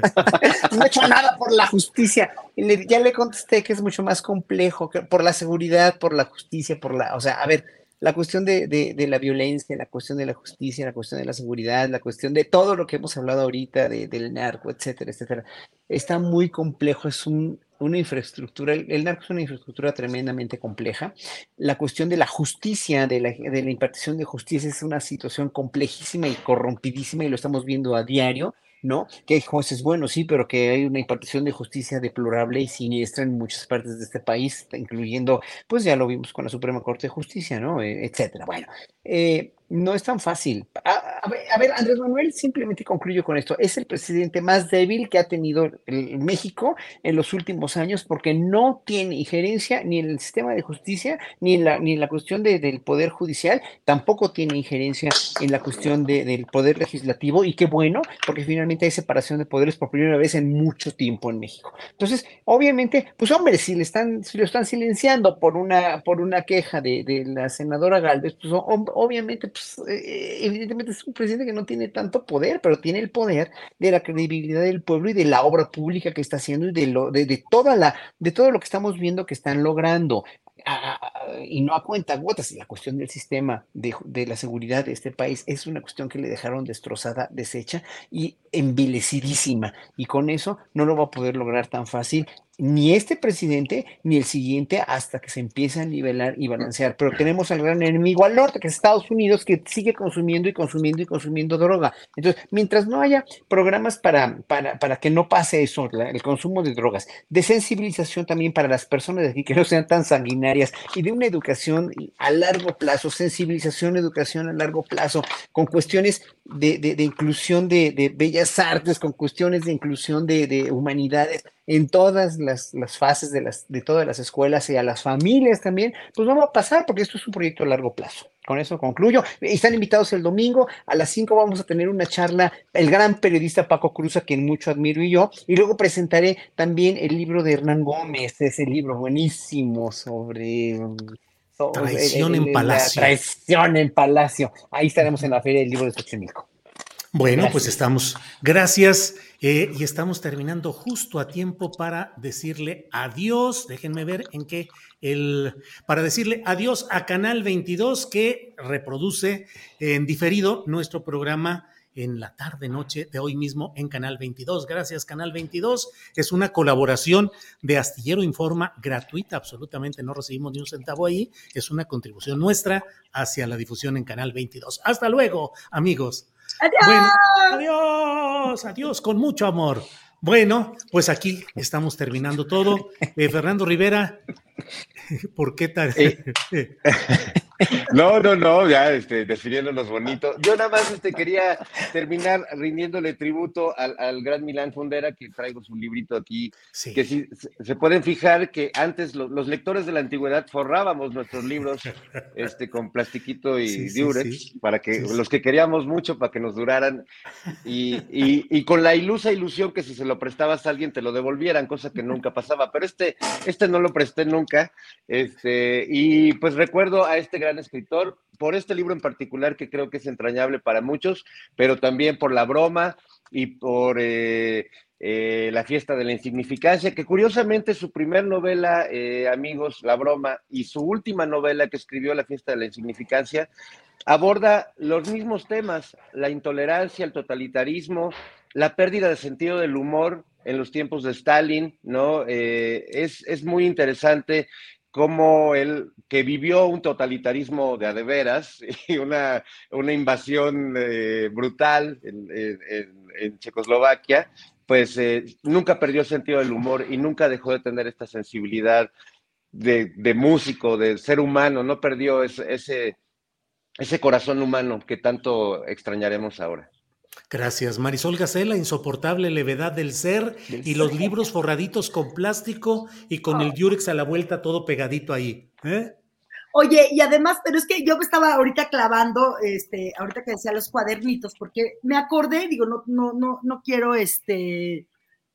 No he hecho nada por la justicia. Y le, ya le contesté que es mucho más complejo, que por la seguridad, por la justicia, por la. O sea, a ver. La cuestión de, de, de la violencia, la cuestión de la justicia, la cuestión de la seguridad, la cuestión de todo lo que hemos hablado ahorita, de, del narco, etcétera, etcétera, está muy complejo, es un, una infraestructura, el, el narco es una infraestructura tremendamente compleja. La cuestión de la justicia, de la, de la impartición de justicia es una situación complejísima y corrompidísima y lo estamos viendo a diario, ¿no? Que hay jueces buenos, sí, pero que hay una impartición de justicia deplorable y siniestra en muchas partes de este país, incluyendo, pues ya lo vimos con la Suprema Corte de Justicia, ¿no? Eh, etcétera. Bueno, eh, no es tan fácil. A, a, ver, a ver, Andrés Manuel, simplemente concluyo con esto. Es el presidente más débil que ha tenido el, México en los últimos años porque no tiene injerencia ni en el sistema de justicia, ni en la, ni en la cuestión de, del poder judicial, tampoco tiene injerencia en la cuestión de, del poder legislativo, y qué bueno, porque finalmente hay separación de poderes por primera vez en mucho tiempo en México. Entonces, obviamente, pues hombre, si le están, si lo están silenciando por una, por una queja de, de la senadora Gálvez, pues obviamente, pues eh, evidentemente es un presidente que no tiene tanto poder, pero tiene el poder de la credibilidad del pueblo y de la obra pública que está haciendo y de lo, de, de toda la, de todo lo que estamos viendo que están logrando. A, a, y no a cuenta gotas. La cuestión del sistema de, de la seguridad de este país es una cuestión que le dejaron destrozada, deshecha y envilecidísima, y con eso no lo va a poder lograr tan fácil ni este presidente ni el siguiente hasta que se empiece a nivelar y balancear. Pero tenemos al gran enemigo al norte, que es Estados Unidos, que sigue consumiendo y consumiendo y consumiendo droga. Entonces, mientras no haya programas para, para, para que no pase eso, la, el consumo de drogas, de sensibilización también para las personas de aquí, que no sean tan sanguinarias, y de una educación a largo plazo, sensibilización, educación a largo plazo, con cuestiones de, de, de inclusión de, de bellas artes, con cuestiones de inclusión de, de humanidades, en todas las, las fases de, las, de todas las escuelas y a las familias también, pues no va a pasar porque esto es un proyecto a largo plazo. Con eso concluyo. Están invitados el domingo a las cinco, vamos a tener una charla, el gran periodista Paco Cruz, a quien mucho admiro, y yo, y luego presentaré también el libro de Hernán Gómez, ese libro buenísimo sobre... sobre Traición el, el, en Palacio. La traición en Palacio. Ahí estaremos en la Feria del Libro de Xochimilco. Bueno, Gracias. Pues estamos, gracias, eh, y estamos terminando justo a tiempo para decirle adiós. Déjenme ver en qué el, para decirle adiós a Canal veintidós, que reproduce en diferido nuestro programa en la tarde noche de hoy mismo en Canal veintidós. Gracias, Canal veintidós. Es una colaboración de Astillero Informa, gratuita, absolutamente no recibimos ni un centavo ahí. Es una contribución nuestra hacia la difusión en Canal veintidós. Hasta luego, amigos. ¡Adiós! Bueno, adiós, adiós, con mucho amor. Bueno, pues aquí estamos terminando todo. Eh, Fernando Rivera, ¿por qué tal? Eh, no, no, no, ya este, definiéndonos bonito. Yo nada más este, quería terminar rindiéndole tributo al, al gran Milán Fundera, que traigo su librito aquí, sí. Que sí, se pueden fijar que antes lo, los lectores de la antigüedad forrábamos nuestros libros este, con plastiquito y sí, diurex, sí, sí. para que sí, los que queríamos mucho, para que nos duraran, y, y, y con la ilusa ilusión que si se lo prestabas a alguien te lo devolvieran, cosa que nunca pasaba, pero este, este no lo presté nunca, este, y pues recuerdo a este gran escritor, por este libro en particular que creo que es entrañable para muchos, pero también por La broma y por eh, eh, La fiesta de la insignificancia, que curiosamente su primer novela, eh, amigos, La broma, y su última novela que escribió, La fiesta de la insignificancia, aborda los mismos temas, la intolerancia, el totalitarismo, la pérdida de sentido del humor en los tiempos de Stalin, ¿no? Eh, es, es muy interesante cómo él, que vivió un totalitarismo de a de veras y una, una invasión eh, brutal en, en, en Checoslovaquia, pues eh, nunca perdió el sentido del humor y nunca dejó de tener esta sensibilidad de, de músico, de ser humano, no perdió ese, ese, ese corazón humano que tanto extrañaremos ahora. Gracias, Marisol Gacé, la insoportable levedad del ser del y ser. Los libros forraditos con plástico y con oh. el Durex a la vuelta todo pegadito ahí. ¿Eh? Oye, y además, pero es que yo me estaba ahorita clavando, este, ahorita que decía los cuadernitos, porque me acordé, digo, no, no, no, no quiero este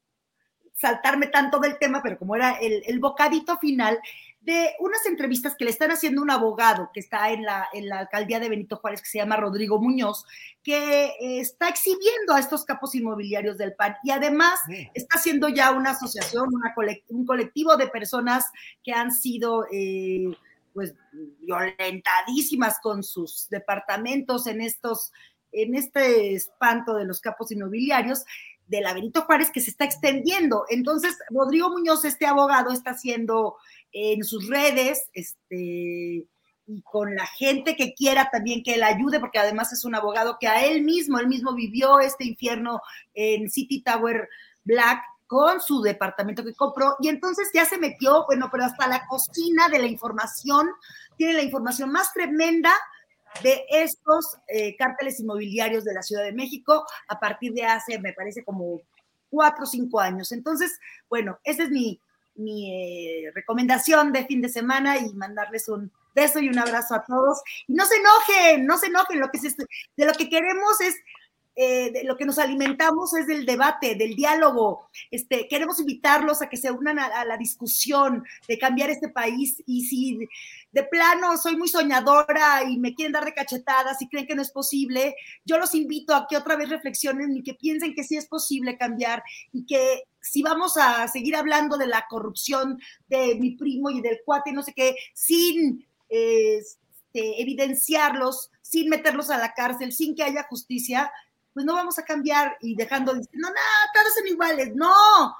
saltarme tanto del tema, pero como era el, el bocadito final de unas entrevistas que le están haciendo un abogado que está en la, en la alcaldía de Benito Juárez, que se llama Rodrigo Muñoz, que eh, está exhibiendo a estos capos inmobiliarios del P A N y además está haciendo ya una asociación, una colect- un colectivo de personas que han sido eh, pues violentadísimas con sus departamentos en estos, en este espanto de los capos inmobiliarios de la Benito Juárez, que se está extendiendo. Entonces, Rodrigo Muñoz, este abogado, está haciendo en sus redes, este, y con la gente que quiera también que él ayude, porque además es un abogado que a él mismo, él mismo vivió este infierno en City Tower Black con su departamento que compró, y entonces ya se metió, bueno, pero hasta la cocina de la información, tiene la información más tremenda de estos eh, cárteles inmobiliarios de la Ciudad de México a partir de hace, me parece, como cuatro o cinco años. Entonces, bueno, esa es mi, mi eh, recomendación de fin de semana y mandarles un beso y un abrazo a todos. Y no se enojen, no se enojen, lo que se, de lo que queremos es, eh, de lo que nos alimentamos es del debate, del diálogo. Este, queremos invitarlos a que se unan a, a la discusión de cambiar este país, y si de plano soy muy soñadora y me quieren dar de cachetadas y creen que no es posible, yo los invito a que otra vez reflexionen y que piensen que sí es posible cambiar, y que si vamos a seguir hablando de la corrupción de mi primo y del cuate, no sé qué, sin eh, este, evidenciarlos, sin meterlos a la cárcel, sin que haya justicia, pues no vamos a cambiar, y dejando de decir, no, no, todos son iguales, no,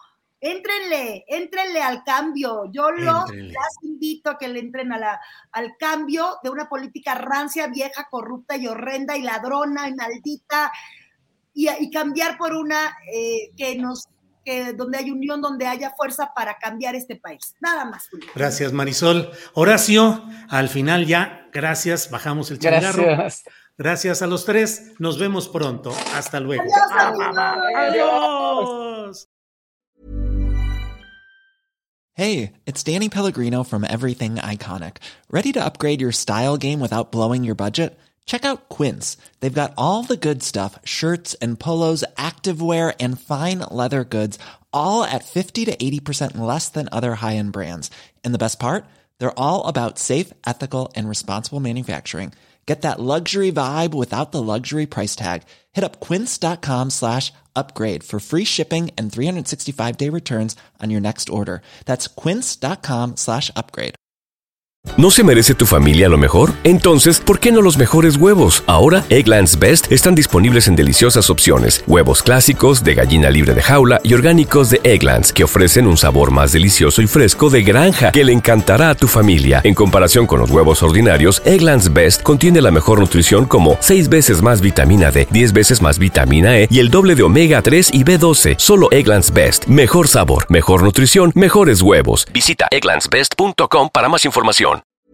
éntrenle, éntrenle al cambio. Yo los las invito a que le entren a la, al cambio de una política rancia, vieja, corrupta y horrenda y ladrona y maldita, y, y cambiar por una eh, que nos, que donde hay unión, donde haya fuerza para cambiar este país. Nada más, Julio. Gracias, Marisol. Horacio, al final ya, gracias, bajamos el changarro. Gracias. Gracias a los tres, nos vemos pronto. Hasta luego. Adiós, Adiós. Hey, it's Danny Pellegrino from Everything Iconic. Ready to upgrade your style game without blowing your budget? Check out Quince. They've got all the good stuff, shirts and polos, activewear, and fine leather goods, all at fifty to eighty percent less than other high-end brands. And the best part? They're all about safe, ethical, and responsible manufacturing. Get that luxury vibe without the luxury price tag. Hit up quince.com slash upgrade for free shipping and three sixty-five day returns on your next order. That's quince.com slash upgrade. ¿No se merece tu familia lo mejor? Entonces, ¿por qué no los mejores huevos? Ahora, Eggland's Best están disponibles en deliciosas opciones. Huevos clásicos, de gallina libre de jaula y orgánicos de Eggland's, que ofrecen un sabor más delicioso y fresco de granja que le encantará a tu familia. En comparación con los huevos ordinarios, Eggland's Best contiene la mejor nutrición, como seis veces más vitamina D, diez veces más vitamina E y el doble de omega tres y B doce. Solo Eggland's Best. Mejor sabor, mejor nutrición, mejores huevos. Visita egglands best punto com para más información.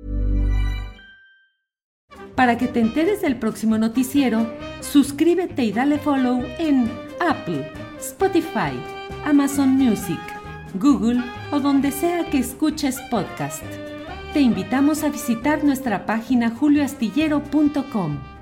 Para que te enteres del próximo noticiero, suscríbete y dale follow en Apple, Spotify, Amazon Music, Google o donde sea que escuches podcast. Te invitamos a visitar nuestra página julio astillero punto com.